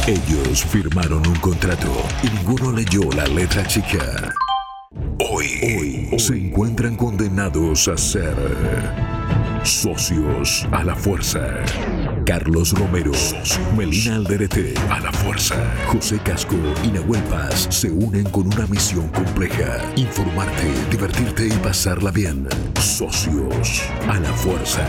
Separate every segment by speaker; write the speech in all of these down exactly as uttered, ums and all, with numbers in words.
Speaker 1: Ellos firmaron un contrato y ninguno leyó la letra chica. Hoy, hoy, hoy se encuentran condenados a ser socios a la fuerza. Carlos Romero, Melina Alderete a la fuerza. José Casco y Nahuel Paz se unen con una misión compleja: informarte, divertirte y pasarla bien. Socios a la fuerza.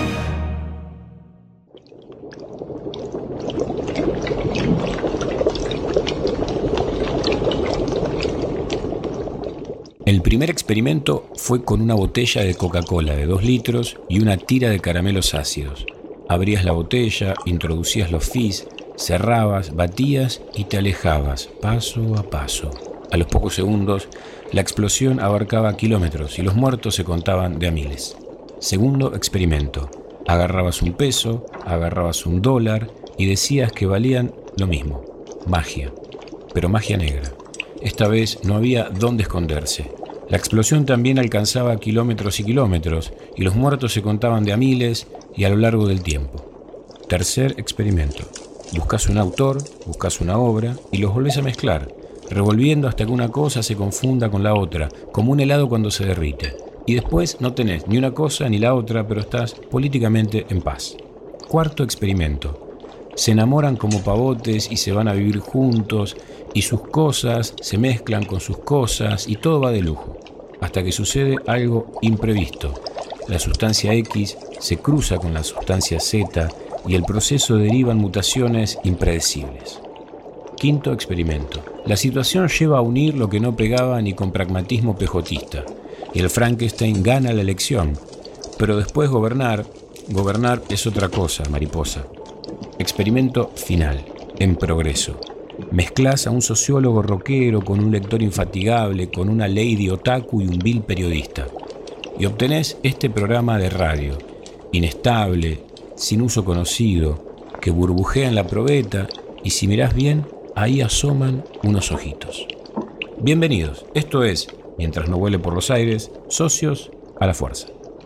Speaker 2: El primer experimento fue con una botella de Coca-Cola de dos litros y una tira de caramelos ácidos. Abrías la botella, introducías los fizz, cerrabas, batías y te alejabas, paso a paso. A los pocos segundos, la explosión abarcaba kilómetros y los muertos se contaban de a miles. Segundo experimento. Agarrabas un peso, agarrabas un dólar y decías que valían lo mismo. Magia. Pero magia negra. Esta vez no había dónde esconderse. La explosión también alcanzaba kilómetros y kilómetros y los muertos se contaban de a miles y a lo largo del tiempo. Tercer experimento. Buscas un autor, buscas una obra y los volvés a mezclar, revolviendo hasta que una cosa se confunda con la otra, como un helado cuando se derrite. Y después no tenés ni una cosa ni la otra, pero estás políticamente en paz. Cuarto experimento. Se enamoran como pavotes y se van a vivir juntos y sus cosas se mezclan con sus cosas y todo va de lujo, hasta que sucede algo imprevisto. La sustancia X se cruza con la sustancia Z y el proceso deriva en mutaciones impredecibles. Quinto experimento. La situación lleva a unir lo que no pegaba ni con pragmatismo pejotista y el Frankenstein gana la elección, pero después gobernar, gobernar es otra cosa, mariposa. Experimento final, en progreso. Mezclás a un sociólogo rockero con un lector infatigable, con una lady otaku y un vil periodista. Y obtenés este programa de radio, inestable, sin uso conocido, que burbujea en la probeta y si mirás bien, ahí asoman unos ojitos. Bienvenidos, esto es, mientras no vuele por los aires, Socios a la Fuerza.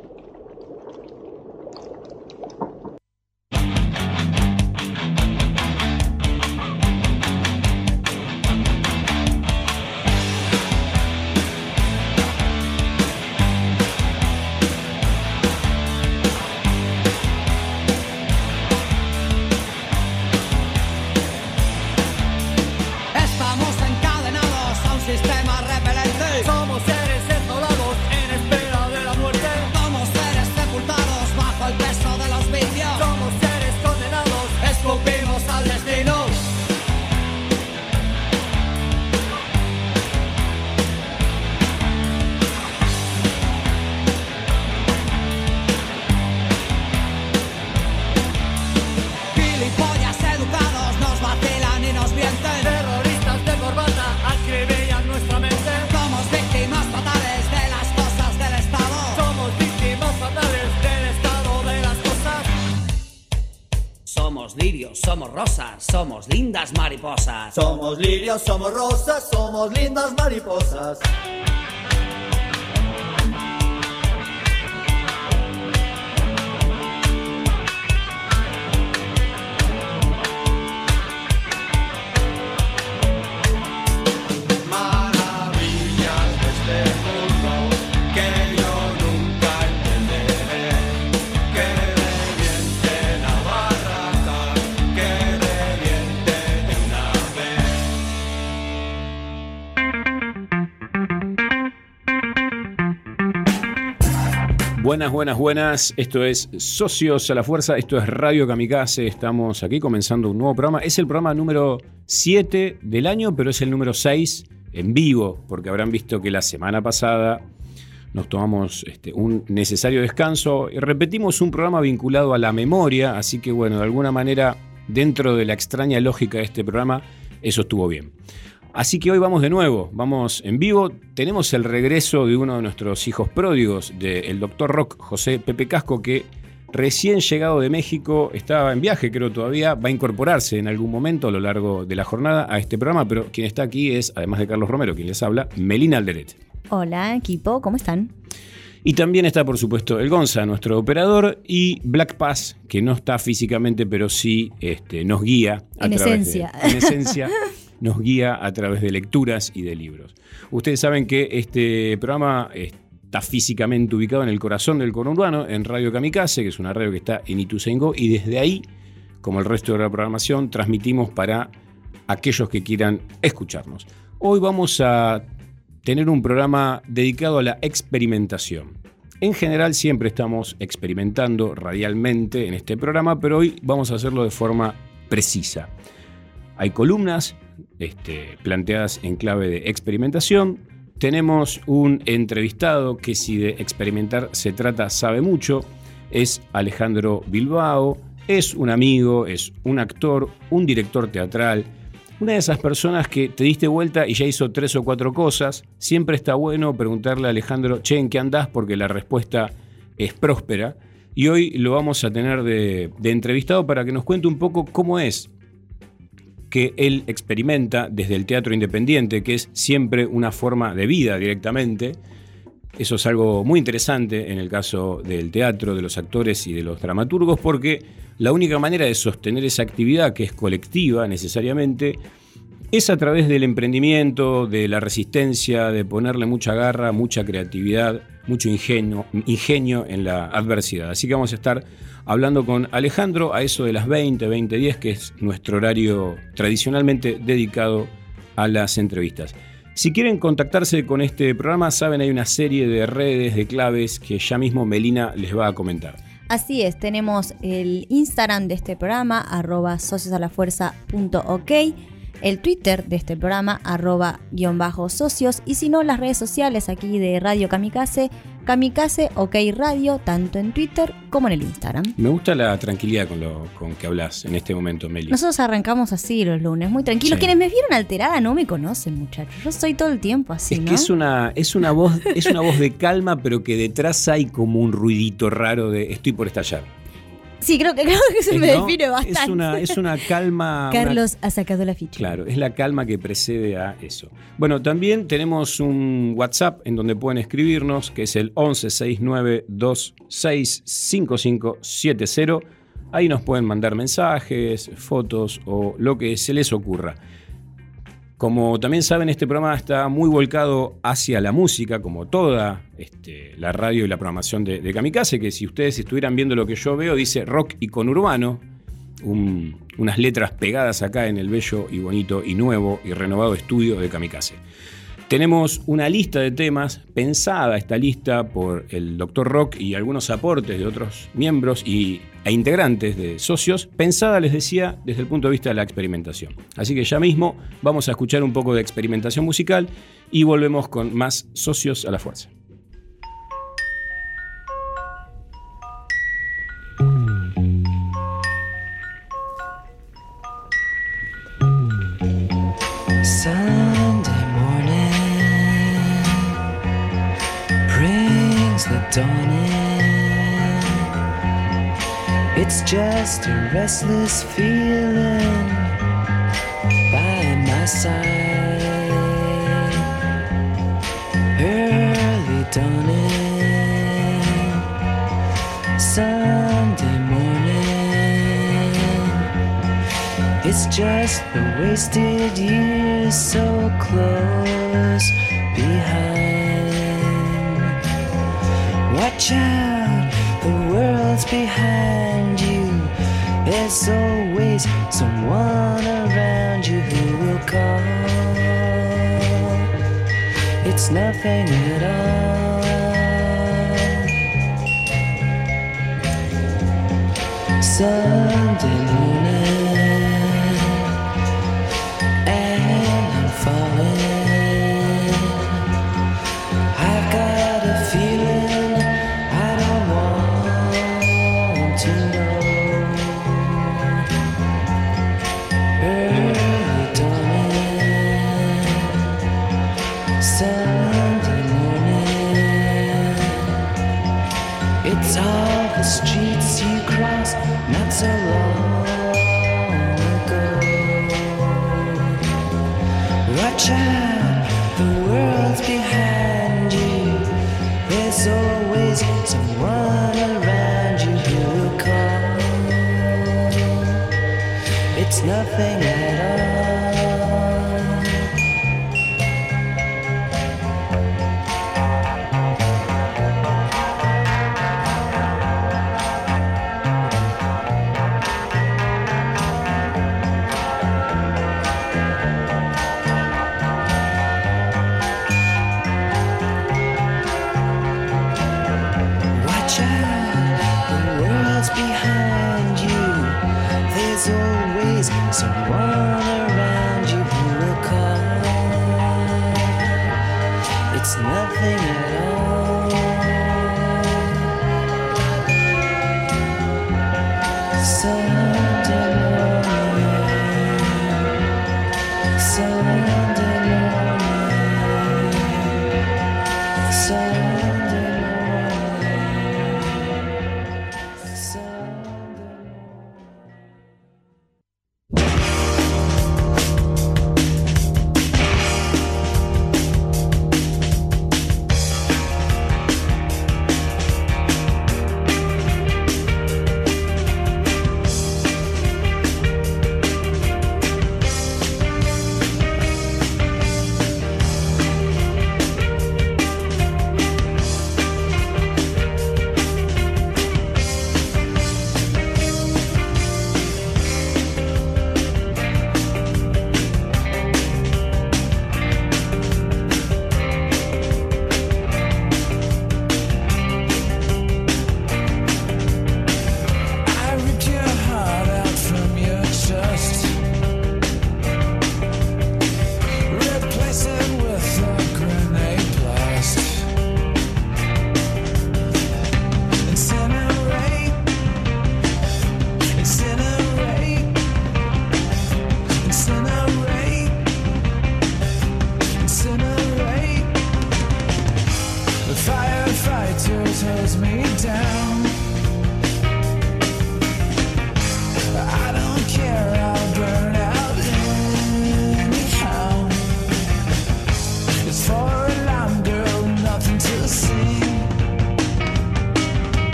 Speaker 3: Somos rosas, somos lindas mariposas.
Speaker 4: Somos lirios, somos rosas, somos lindas mariposas.
Speaker 2: Buenas, buenas, buenas. Esto es Socios a la Fuerza. Esto es Radio Kamikaze. Estamos aquí comenzando un nuevo programa. Es el programa número siete del año, pero es el número seis en vivo, porque habrán visto que la semana pasada nos tomamos este, un necesario descanso y repetimos un programa vinculado a la memoria. Así que, bueno, de alguna manera, dentro de la extraña lógica de este programa, eso estuvo bien. Así que hoy vamos de nuevo, vamos en vivo. Tenemos el regreso de uno de nuestros hijos pródigos, del doctor Rock, José Pepe Casco, que recién llegado de México, estaba en viaje creo todavía, va a incorporarse en algún momento a lo largo de la jornada a este programa, pero quien está aquí es, además de Carlos Romero, quien les habla, Melina Alderete.
Speaker 5: Hola equipo, ¿cómo están?
Speaker 2: Y también está, por supuesto, el Gonza, nuestro operador, y Black Paz, que no está físicamente, pero sí este, nos guía. A
Speaker 5: en
Speaker 2: través
Speaker 5: esencia.
Speaker 2: De, en esencia, nos guía a través de lecturas y de libros. Ustedes saben que este programa está físicamente ubicado en el corazón del conurbano, en Radio Kamikaze, que es una radio que está en Ituzaingó, y desde ahí, como el resto de la programación, transmitimos para aquellos que quieran escucharnos. Hoy vamos a tener un programa dedicado a la experimentación. En general siempre estamos experimentando radialmente en este programa, pero hoy vamos a hacerlo de forma precisa. Hay columnas este, planteadas en clave de experimentación. Tenemos un entrevistado que, si de experimentar se trata, sabe mucho. Es Alejandro Bilbao, es un amigo, es un actor, un director teatral. Una de esas personas que te diste vuelta y ya hizo tres o cuatro cosas. Siempre está bueno preguntarle a Alejandro, che, ¿en qué andás? Porque la respuesta es próspera. Y hoy lo vamos a tener de, de entrevistado para que nos cuente un poco cómo es que él experimenta desde el teatro independiente, que es siempre una forma de vida directamente. Eso es algo muy interesante en el caso del teatro, de los actores y de los dramaturgos, porque la única manera de sostener esa actividad, que es colectiva necesariamente, es a través del emprendimiento, de la resistencia, de ponerle mucha garra, mucha creatividad, mucho ingenio, ingenio en la adversidad. Así que vamos a estar hablando con Alejandro a eso de las veinte, veinte diez, que es nuestro horario tradicionalmente dedicado a las entrevistas. Si quieren contactarse con este programa, saben, hay una serie de redes, de claves que ya mismo Melina les va a comentar.
Speaker 5: Así es, tenemos el Instagram de este programa, arroba sociosalafuerza punto ok, el Twitter de este programa, arroba guión bajo socios, y si no, las redes sociales aquí de Radio Kamikaze, Kamikaze OK Radio, tanto en Twitter como en el Instagram.
Speaker 2: Me gusta la tranquilidad con lo con que hablas en este momento, Meli.
Speaker 5: Nosotros arrancamos así los lunes, muy tranquilos.
Speaker 2: Sí.
Speaker 5: Quienes me vieron alterada no me conocen, muchachos. Yo soy todo el tiempo así,
Speaker 2: es
Speaker 5: ¿no?
Speaker 2: que es una, es una voz, es una voz de calma, pero que detrás hay como un ruidito raro de estoy por estallar.
Speaker 5: Sí, creo que, creo que se
Speaker 2: Es,
Speaker 5: me
Speaker 2: ¿no?
Speaker 5: define bastante.
Speaker 2: Es una, es una calma.
Speaker 5: Carlos
Speaker 2: una,
Speaker 5: ha sacado la ficha.
Speaker 2: Claro, es la calma que precede a eso. Bueno, también tenemos un WhatsApp en donde pueden escribirnos, que es el once sesenta y nueve veintiséis cincuenta y cinco setenta. Ahí nos pueden mandar mensajes, fotos o lo que se les ocurra. Como también saben, este programa está muy volcado hacia la música, como toda este, la radio y la programación de, de Kamikaze, que si ustedes estuvieran viendo lo que yo veo, dice rock y conurbano, un, unas letras pegadas acá en el bello y bonito y nuevo y renovado estudio de Kamikaze. Tenemos una lista de temas, pensada esta lista por el doctor Rock y algunos aportes de otros miembros y, e integrantes de socios, pensada, les decía, desde el punto de vista de la experimentación. Así que ya mismo vamos a escuchar un poco de experimentación musical y volvemos con más Socios a la Fuerza.
Speaker 6: Dawning. It's just a restless feeling by my side. Early dawning, Sunday morning. It's just the wasted years so close behind. Watch out, the world's behind you. There's always someone around you who will call. It's nothing at all. Sunday morning, and I'm falling. I've got a feeling I don't want to know. Early dawning, Sunday morning. It's all the streets you crossed not so long ago. Watch out, the world's behind you. There's always nothing at all. Watch out, the world's behind you. There's always someone around.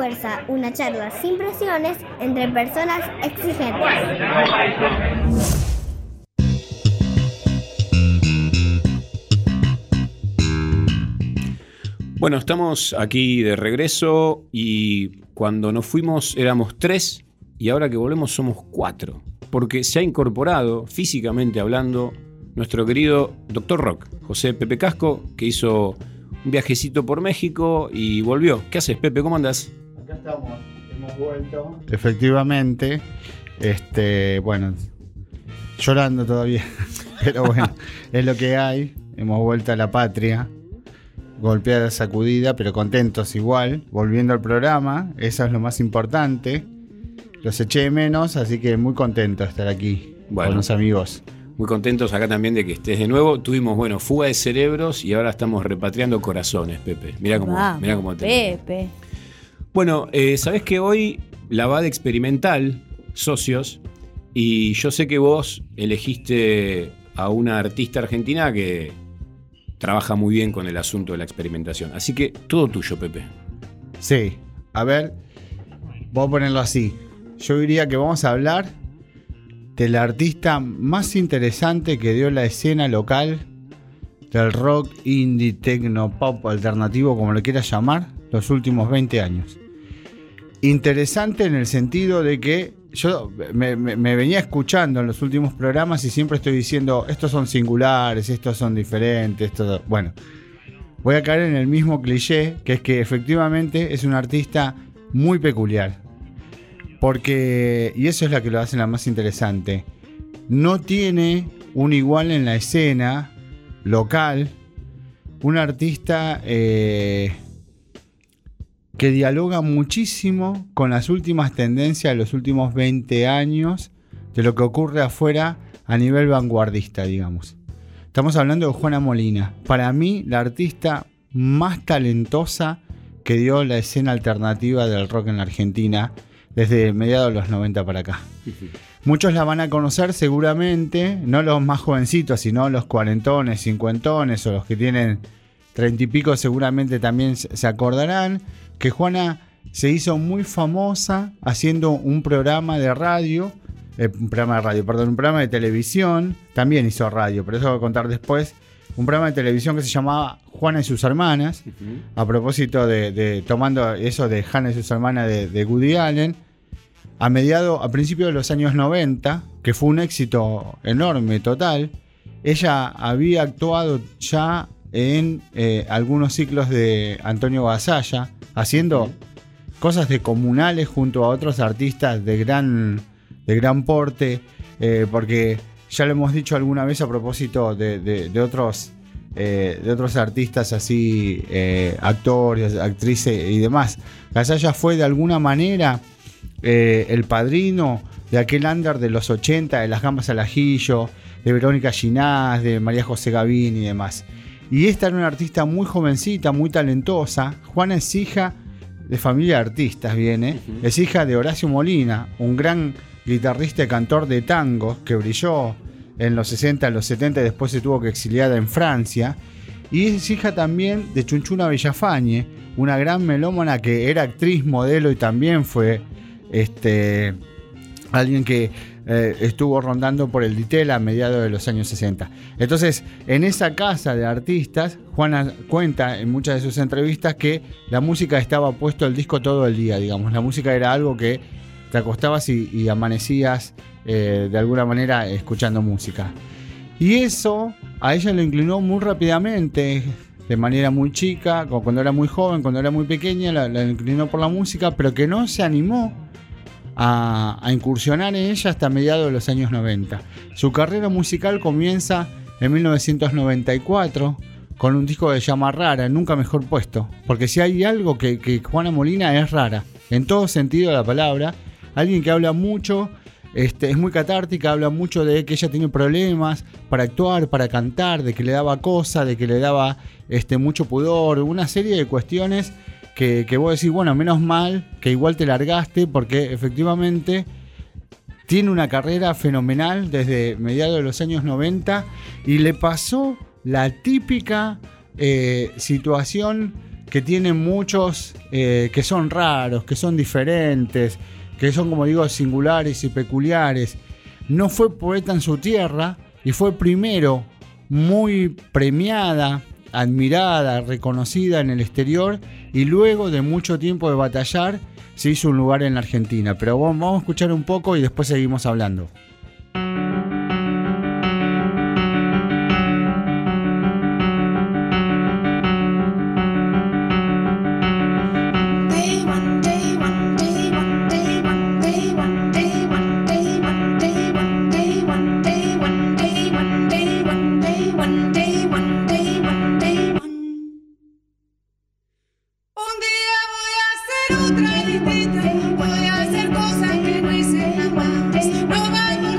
Speaker 7: Fuerza, una charla sin presiones entre personas exigentes.
Speaker 2: Bueno, estamos aquí de regreso y cuando nos fuimos éramos tres y ahora que volvemos somos cuatro, porque se ha incorporado, físicamente hablando, nuestro querido doctor Rock, José Pepe Casco, que hizo un viajecito por México y volvió. ¿Qué haces, Pepe? ¿Cómo andás?
Speaker 8: Acá estamos, hemos vuelto. Efectivamente, este, bueno, llorando todavía, pero bueno, es lo que hay. Hemos vuelto a la patria, golpeada, sacudida, pero contentos igual, volviendo al programa. Eso es lo más importante. Los eché de menos, así que muy contento de estar aquí, bueno, con los amigos.
Speaker 2: Muy contentos acá también de que estés de nuevo. Tuvimos, bueno, fuga de cerebros y ahora estamos repatriando corazones, Pepe. Mirá cómo,
Speaker 5: Vamos,
Speaker 2: mirá cómo te...
Speaker 5: Pepe.
Speaker 2: Bueno, eh, sabés que hoy la va de experimental, socios, y yo sé que vos elegiste a una artista argentina que trabaja muy bien con el asunto de la experimentación. Así que todo tuyo, Pepe.
Speaker 8: Sí, a ver, voy a ponerlo así. Yo diría que vamos a hablar de la artista más interesante que dio la escena local del rock, indie, techno, pop, alternativo, como lo quieras llamar, los últimos veinte años. Interesante en el sentido de que yo me, me, me venía escuchando en los últimos programas y siempre estoy diciendo, estos son singulares, estos son diferentes, estos... Bueno, voy a caer en el mismo cliché, que es que efectivamente es una artista muy peculiar. Porque, y eso es lo que lo hace la más interesante, no tiene un igual en la escena local, un artista eh, que dialoga muchísimo con las últimas tendencias de los últimos veinte años, de lo que ocurre afuera a nivel vanguardista, digamos. Estamos hablando de Juana Molina, para mí la artista más talentosa que dio la escena alternativa del rock en la Argentina, desde mediados de los noventa para acá. Muchos la van a conocer seguramente, no los más jovencitos, sino los cuarentones, cincuentones o los que tienen treinta y pico seguramente también se acordarán que Juana se hizo muy famosa haciendo un programa de radio, eh, un programa de radio, perdón, un programa de televisión, también hizo radio, pero eso voy a contar después, un programa de televisión que se llamaba Juana y sus hermanas, uh-huh. A propósito de, de tomando eso de Juana y sus hermanas de, de Woody Allen, a mediados, a principios de los años noventa, que fue un éxito enorme, total. Ella había actuado ya en eh, algunos ciclos de Antonio Gasalla, haciendo uh-huh. cosas de comunales junto a otros artistas de gran, de gran porte, eh, porque ya lo hemos dicho alguna vez a propósito de, de, de otros eh, de otros artistas así, eh, actores, actrices y demás. Gasalla fue de alguna manera eh, el padrino de aquel under de los ochenta, de las Gambas al Ajillo, de Verónica Ginás, de María José Gavín y demás. Y esta era una artista muy jovencita, muy talentosa. Juana es hija de familia de artistas, viene. Uh-huh. Es hija de Horacio Molina, un gran guitarrista y cantor de tangos que brilló en los sesenta, en los setenta y después se tuvo que exiliar en Francia. Y es hija también de Chunchuna Villafañe, una gran melómana que era actriz, modelo y también fue este, alguien que eh, estuvo rondando por el Ditel a mediados de los años sesenta. Entonces, en esa casa de artistas, Juana cuenta en muchas de sus entrevistas que la música estaba puesto el disco todo el día, digamos. La música era algo que te acostabas y, y amanecías eh, de alguna manera escuchando música. Y eso a ella lo inclinó muy rápidamente, de manera muy chica, cuando era muy joven, cuando era muy pequeña, la, la inclinó por la música, pero que no se animó a, a incursionar en ella hasta mediados de los años noventa. Su carrera musical comienza en mil novecientos noventa y cuatro con un disco que se llama Rara, nunca mejor puesto, porque si hay algo que, que Juana Molina es rara, en todo sentido de la palabra. Alguien que habla mucho, este, es muy catártica, habla mucho de que ella tiene problemas para actuar, para cantar, de que le daba cosa, de que le daba este, mucho pudor, una serie de cuestiones que, que vos decís, bueno, menos mal que igual te largaste, porque efectivamente tiene una carrera fenomenal desde mediados de los años noventa y le pasó la típica eh, situación que tiene muchos, eh, que son raros, que son diferentes, que son, como digo, singulares y peculiares. No fue poeta en su tierra y fue primero muy premiada, admirada, reconocida en el exterior, y luego de mucho tiempo de batallar se hizo un lugar en la Argentina. Pero vamos a escuchar un poco y después seguimos hablando.
Speaker 9: Otra distinta, voy a hacer cosas que no hice jamás. No va a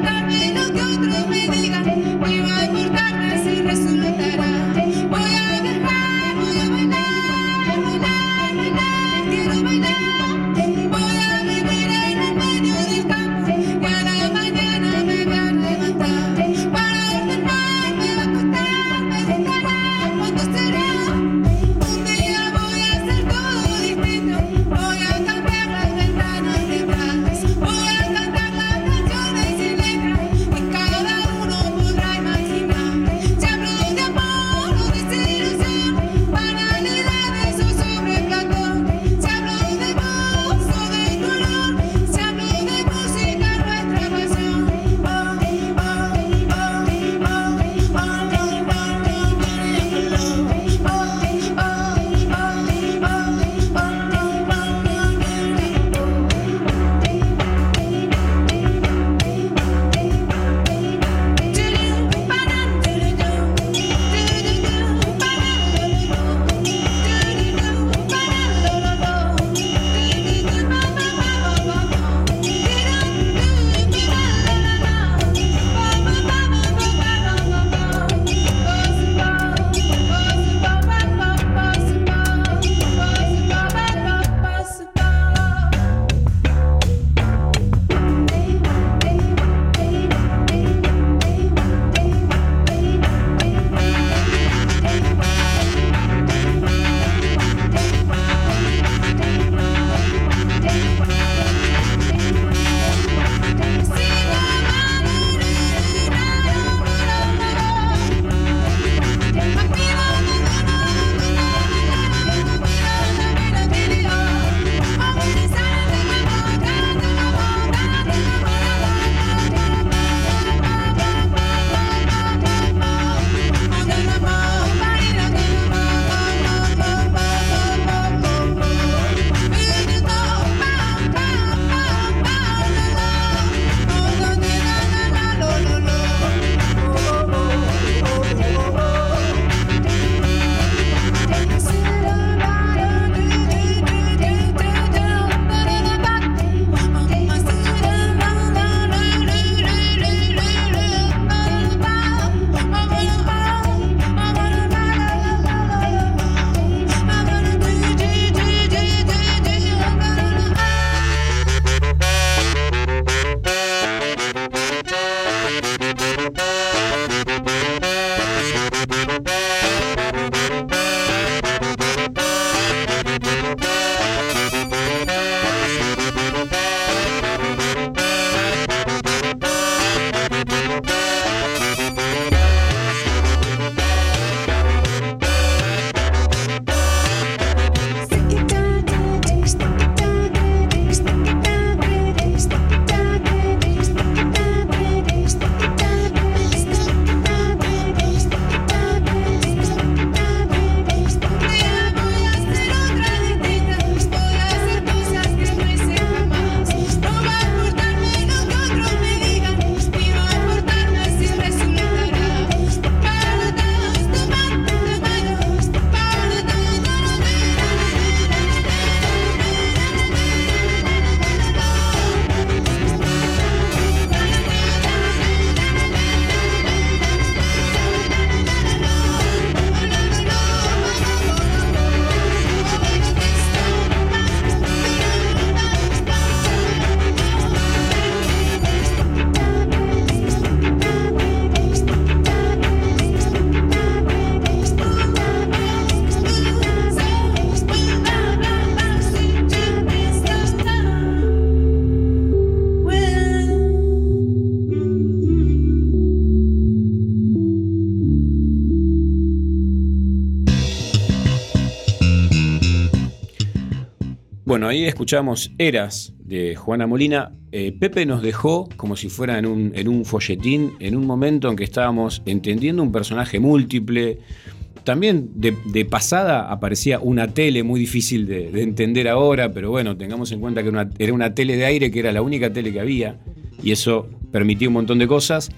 Speaker 2: Bueno, ahí escuchamos Eras de Juana Molina. Eh, Pepe nos dejó como si fuera en un, en un folletín, en un momento en que estábamos entendiendo un personaje múltiple. También de, de pasada aparecía una tele muy difícil de, de entender ahora, pero bueno, tengamos en cuenta que una, era una tele de aire, que era la única tele que había, y eso permitía un montón de cosas.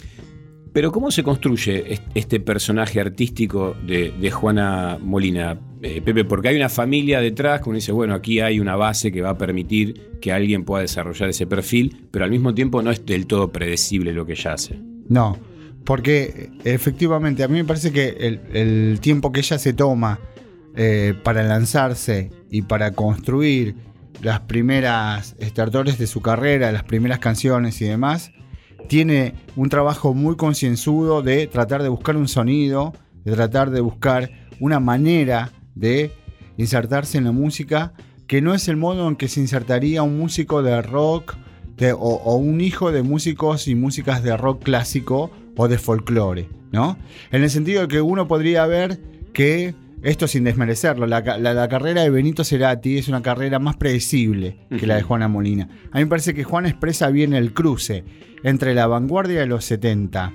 Speaker 2: Pero ¿cómo se construye este personaje artístico de, de Juana Molina, eh, Pepe? Porque hay una familia detrás que uno dice, bueno, aquí hay una base que va a permitir que alguien pueda desarrollar ese perfil, pero al mismo tiempo no es del todo predecible lo que ella hace.
Speaker 8: No, porque efectivamente a mí me parece que el, el tiempo que ella se toma eh, para lanzarse y para construir las primeras estertores de su carrera, las primeras canciones y demás, tiene un trabajo muy concienzudo de tratar de buscar un sonido, de tratar de buscar una manera de insertarse en la música que no es el modo en que se insertaría un músico de rock de, o, o un hijo de músicos y músicas de rock clásico o de folclore, ¿no? En el sentido de que uno podría ver que, esto sin desmerecerlo, la, la, la carrera de Benito Cerati es una carrera más predecible que la de Juana Molina. A mí me parece que Juana expresa bien el cruce entre la vanguardia de los setenta,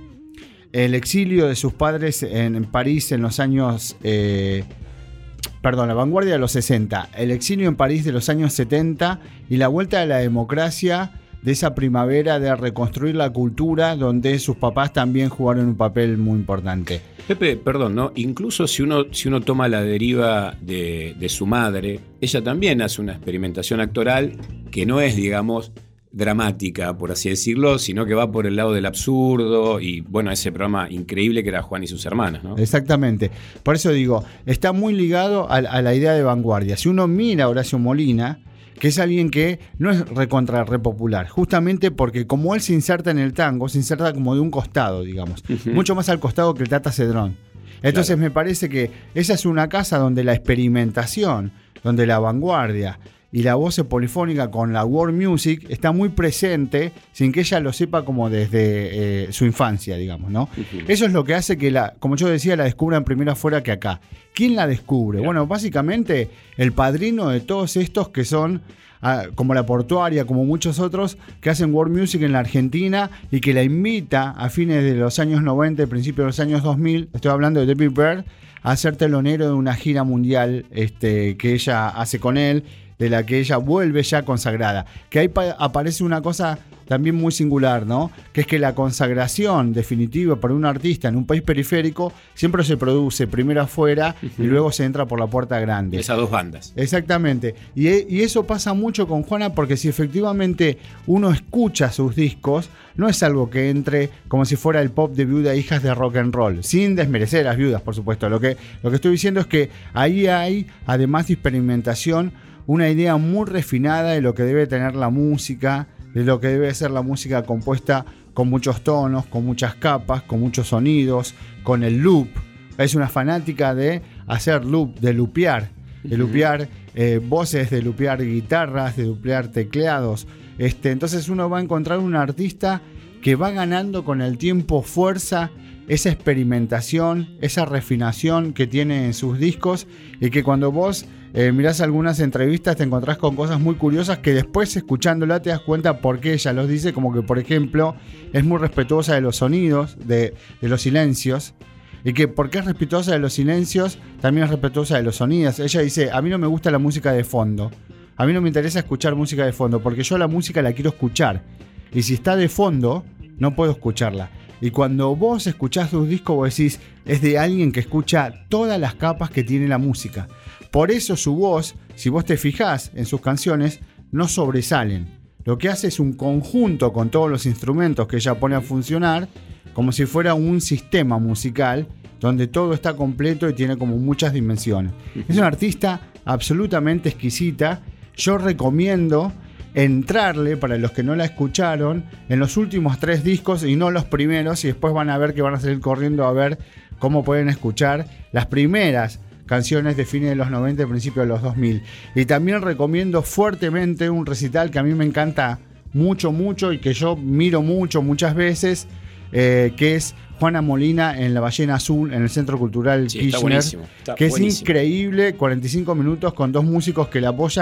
Speaker 8: el exilio de sus padres en, en París en los años... Eh, perdón, la vanguardia de los sesenta, el exilio en París de los años setenta y la vuelta a la democracia de esa primavera de reconstruir la cultura donde sus papás también jugaron un papel muy importante.
Speaker 2: Pepe, perdón, ¿no? Incluso si uno, si uno toma la deriva de, de su madre, ella también hace una experimentación actoral que no es, digamos, dramática, por así decirlo, sino que va por el lado del absurdo y, bueno, ese programa increíble que era Juan y sus hermanas, ¿no?
Speaker 8: Exactamente. Por eso digo, está muy ligado a, a la idea de vanguardia. Si uno mira a Horacio Molina, que es alguien que no es recontra repopular, justamente porque como él se inserta en el tango, se inserta como de un costado, digamos, uh-huh. mucho más al costado que el Tata Cedrón. Entonces claro. Me parece que esa es una casa donde la experimentación, donde la vanguardia y la voz polifónica con la world music está muy presente sin que ella lo sepa como desde eh, su infancia, digamos, ¿no? Uh-huh. Eso es lo que hace que, la, como yo decía, la descubran primero afuera que acá. ¿Quién la descubre? Yeah. Bueno, básicamente el padrino de todos estos que son, ah, como La Portuaria, como muchos otros, que hacen world music en la Argentina y que la invita a fines de los años noventa y principios de los años dos mil, estoy hablando de David Byrne, a ser telonero de una gira mundial este, que ella hace con él, de la que ella vuelve ya consagrada. Que ahí pa- aparece una cosa también muy singular, ¿no? Que es que la consagración definitiva para un artista en un país periférico siempre se produce primero afuera uh-huh. y luego se entra por la puerta grande.
Speaker 2: Esas dos bandas.
Speaker 8: Exactamente. Y, y eso pasa mucho con Juana porque si efectivamente uno escucha sus discos, no es algo que entre como si fuera el pop de Viuda e Hijas de rock and roll, sin desmerecer a las viudas, por supuesto. Lo que, lo que estoy diciendo es que ahí hay, además de experimentación, una idea muy refinada de lo que debe tener la música, de lo que debe ser la música compuesta con muchos tonos, con muchas capas, con muchos sonidos, con el loop. Es una fanática de hacer loop, de lupear, de lupear eh, voces, de lupear guitarras, de lupear teclados. Este, entonces uno va a encontrar un artista que va ganando con el tiempo fuerza, esa experimentación, esa refinación que tiene en sus discos y que cuando vos eh, mirás algunas entrevistas te encontrás con cosas muy curiosas que después escuchándola te das cuenta por qué ella los dice, como que por ejemplo es muy respetuosa de los sonidos, de, de los silencios, y que porque es respetuosa de los silencios también es respetuosa de los sonidos. Ella dice, a mí no me gusta la música de fondo, a mí no me interesa escuchar música de fondo porque yo la música la quiero escuchar y si está de fondo no puedo escucharla. Y cuando vos escuchás sus discos, vos decís, es de alguien que escucha todas las capas que tiene la música. Por eso su voz, si vos te fijás en sus canciones, no sobresalen. Lo que hace es un conjunto con todos los instrumentos que ella pone a funcionar, como si fuera un sistema musical, donde todo está completo y tiene como muchas dimensiones. Es una artista absolutamente exquisita. Yo recomiendo entrarle, para los que no la escucharon, en los últimos tres discos y no los primeros, y después van a ver que van a salir corriendo a ver cómo pueden escuchar las primeras canciones de fines de los noventa y principios de los dos mil. Y también recomiendo fuertemente un recital que a mí me encanta mucho, mucho y que yo miro mucho, muchas veces, eh, que es Juana Molina en La Ballena Azul, en el Centro Cultural
Speaker 2: sí,
Speaker 8: Kirchner,
Speaker 2: está buenísimo, está
Speaker 8: que
Speaker 2: buenísimo.
Speaker 8: Es increíble, cuarenta y cinco minutos con dos músicos que la apoyan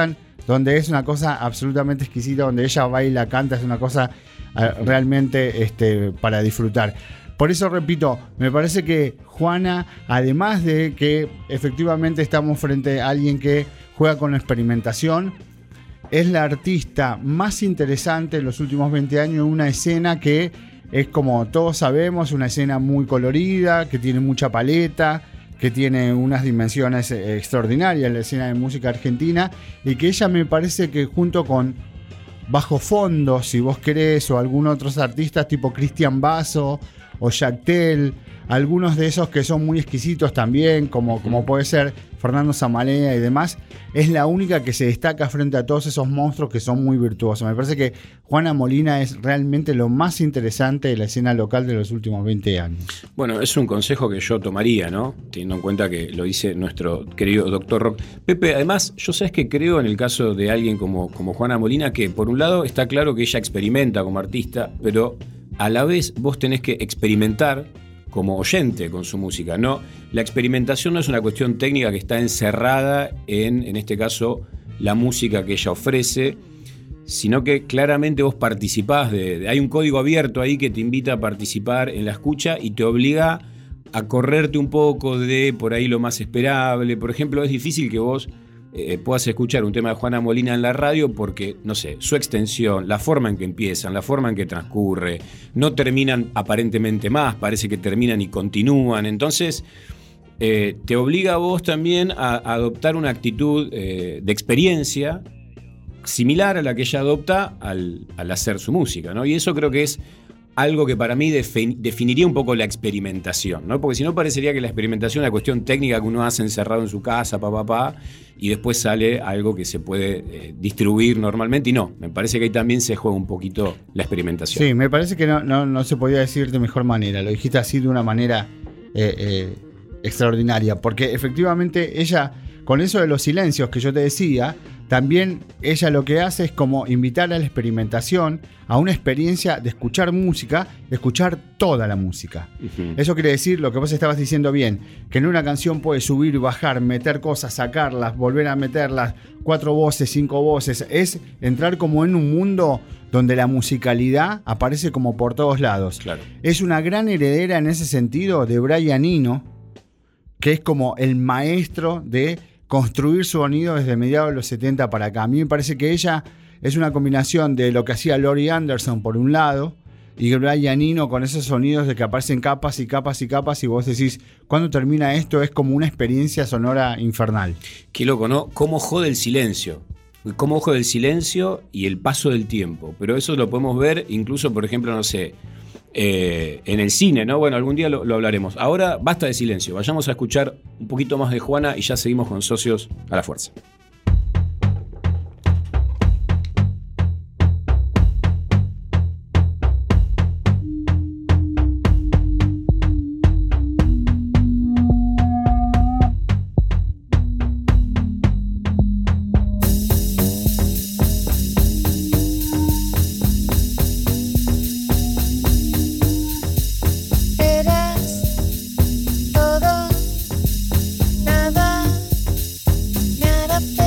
Speaker 8: donde es una cosa absolutamente exquisita, donde ella baila, canta, es una cosa eh, realmente este, para disfrutar. Por eso repito, me parece que Juana, además de que efectivamente estamos frente a alguien que juega con la experimentación, es la artista más interesante en los últimos veinte años en una escena que es, como todos sabemos, una escena muy colorida, que tiene mucha paleta, que tiene unas dimensiones extraordinarias, la escena de música argentina, y que ella me parece que junto con Bajo Fondo, si vos querés, o algunos otros artistas tipo Cristian Basso o Yactel, algunos de esos que son muy exquisitos también, como, como puede ser Fernando Zamalea y demás, es la única que se destaca frente a todos esos monstruos que son muy virtuosos. Me parece que Juana Molina es realmente lo más interesante de la escena local de los últimos veinte años.
Speaker 2: Bueno, es un consejo que yo tomaría, ¿no? Teniendo en cuenta que lo dice nuestro querido doctor Rock. Pepe, además, yo sabes que creo en el caso de alguien como, como Juana Molina, que por un lado está claro que ella experimenta como artista, pero a la vez vos tenés que experimentar como oyente con su música, ¿no? La experimentación no es una cuestión técnica que está encerrada en, en este caso, la música que ella ofrece, sino que claramente vos participás de, de... Hay un código abierto ahí que te invita a participar en la escucha y te obliga a correrte un poco de por ahí lo más esperable. Por ejemplo, es difícil que vos eh, puedas escuchar un tema de Juana Molina en la radio porque, no sé, su extensión, la forma en que empiezan, la forma en que transcurre, no terminan aparentemente más, parece que terminan y continúan. Entonces, eh, te obliga a vos también a, a adoptar una actitud eh, de experiencia similar a la que ella adopta al, al hacer su música, ¿no? Y eso creo que es algo que para mí defin- definiría un poco la experimentación, ¿no? Porque si no parecería que la experimentación es una cuestión técnica que uno hace encerrado en su casa, pa, pa, pa, y después sale algo que se puede eh, distribuir normalmente, y no, me parece que ahí también se juega un poquito la experimentación.
Speaker 8: Sí, me parece que no, no, no se podía decir de mejor manera, lo dijiste así de una manera eh, eh, extraordinaria, porque efectivamente ella, con eso de los silencios que yo te decía, también ella lo que hace es como invitar a la experimentación, a una experiencia de escuchar música, de escuchar toda la música. Uh-huh. Eso quiere decir lo que vos estabas diciendo bien, que en una canción puedes subir y bajar, meter cosas, sacarlas, volver a meterlas, cuatro voces, cinco voces. Es entrar como en un mundo donde la musicalidad aparece como por todos lados. Claro. Es una gran heredera en ese sentido de Brian Eno, que es como el maestro de construir su sonido desde mediados de los setenta para acá. A mí me parece que ella es una combinación de lo que hacía Laurie Anderson por un lado y Brian Eno con esos sonidos de que aparecen capas y capas y capas y vos decís, ¿cuándo termina esto? Es como una experiencia sonora infernal.
Speaker 2: Qué loco, ¿no? Cómo jode el silencio. Cómo jode el silencio y el paso del tiempo. Pero eso lo podemos ver incluso, por ejemplo, no sé, Eh, en el cine, ¿no? Bueno, algún día lo, lo hablaremos. Ahora basta de silencio, vayamos a escuchar un poquito más de Juana y ya seguimos con Socios a la Fuerza.
Speaker 9: Todo, nada, me adapté.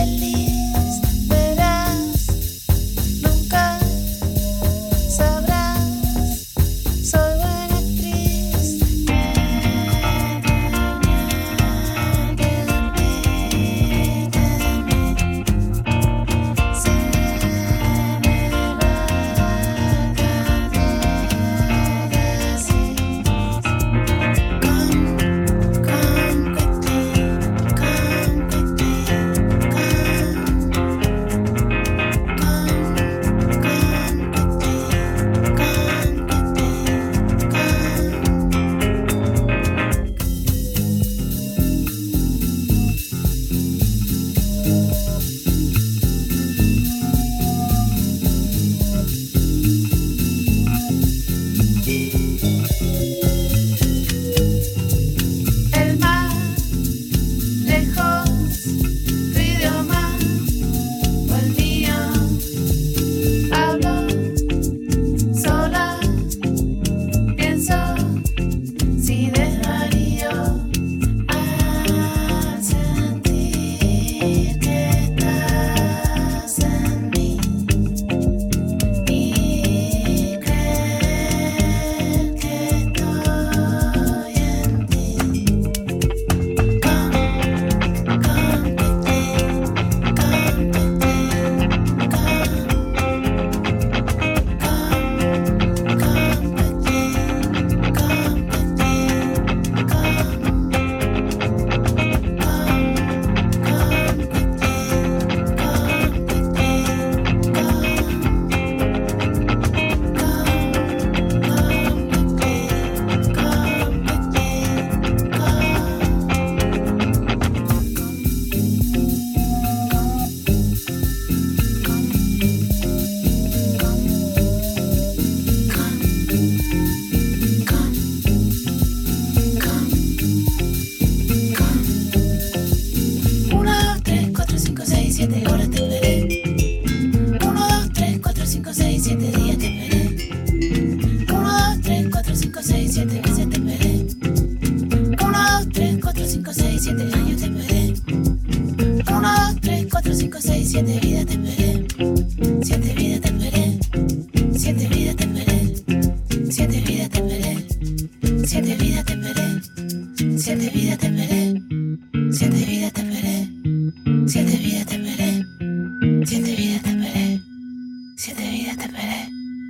Speaker 9: vidas te esperé, siete vidas te esperé, siete vidas te esperé, siete vidas te esperé, siete vidas te esperé, siete vidas te esperé, siete vidas te esperé.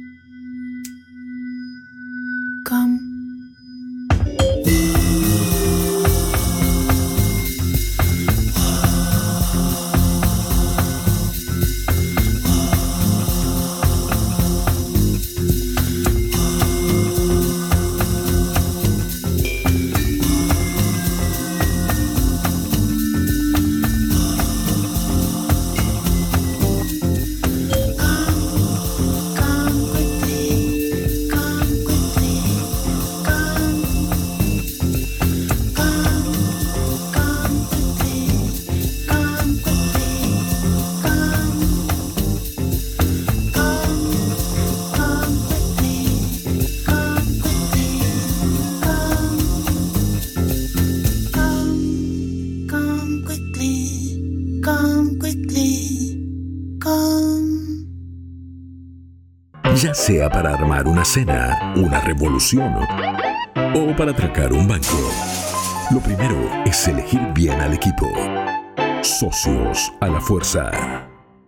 Speaker 9: Come.
Speaker 1: Ya sea para armar una cena, una revolución o para atracar un banco, lo primero es elegir bien al equipo. Socios a la fuerza.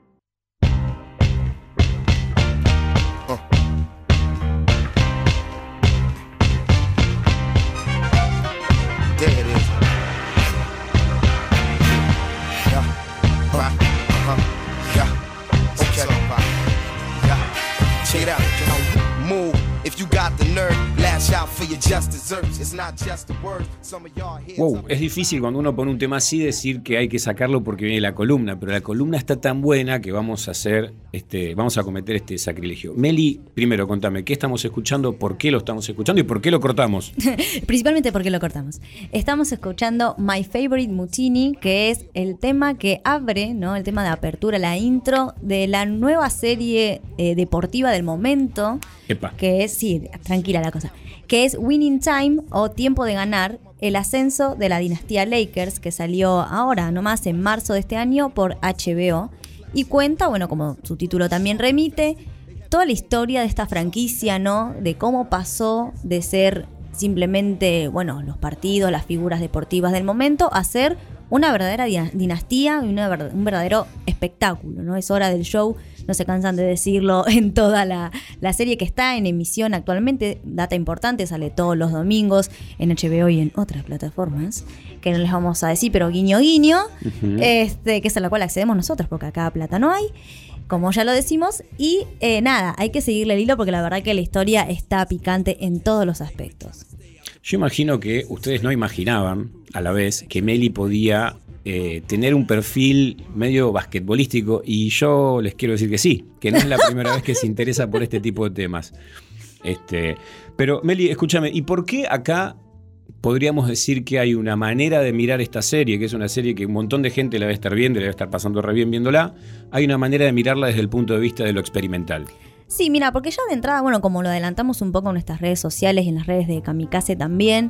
Speaker 2: Wow, es difícil cuando uno pone un tema así decir que hay que sacarlo porque viene la columna, pero la columna está tan buena que vamos a hacer, este, vamos a cometer este sacrilegio. Meli, primero contame, ¿qué estamos escuchando? ¿Por qué lo estamos escuchando? ¿Y por qué lo cortamos?
Speaker 5: Principalmente porque lo cortamos. Estamos escuchando My Favorite Mutiny, que es el tema que abre, ¿no? El tema de apertura, la intro de la nueva serie eh, deportiva del momento.
Speaker 2: Epa.
Speaker 5: Que es, sí, tranquila la cosa, que es Winning Time o Tiempo de Ganar, el ascenso de la dinastía Lakers, que salió ahora nomás en marzo de este año por H B O y cuenta, bueno, como su título también remite, toda la historia de esta franquicia, ¿no? De cómo pasó de ser simplemente, bueno, los partidos, las figuras deportivas del momento a ser una verdadera dinastía y una, un verdadero espectáculo, ¿no? Es hora del show, no se cansan de decirlo en toda la, la serie que está en emisión actualmente, data importante, sale todos los domingos en H B O y en otras plataformas, que no les vamos a decir, pero guiño guiño, uh-huh. este, que es a la cual accedemos nosotros, porque acá plata no hay, como ya lo decimos, y eh, nada, hay que seguirle el hilo porque la verdad que la historia está picante en todos los aspectos.
Speaker 2: Yo imagino que ustedes no imaginaban a la vez que Meli podía eh, tener un perfil medio basquetbolístico, y yo les quiero decir que sí, que no es la primera vez que se interesa por este tipo de temas. Este, pero Meli, escúchame, ¿y por qué acá podríamos decir que hay una manera de mirar esta serie, que es una serie que un montón de gente la debe estar viendo y la debe estar pasando re bien viéndola? Hay una manera de mirarla desde el punto de vista de lo experimental.
Speaker 5: Sí, mira, porque ya de entrada, bueno, como lo adelantamos un poco en nuestras redes sociales y en las redes de Kamikaze también,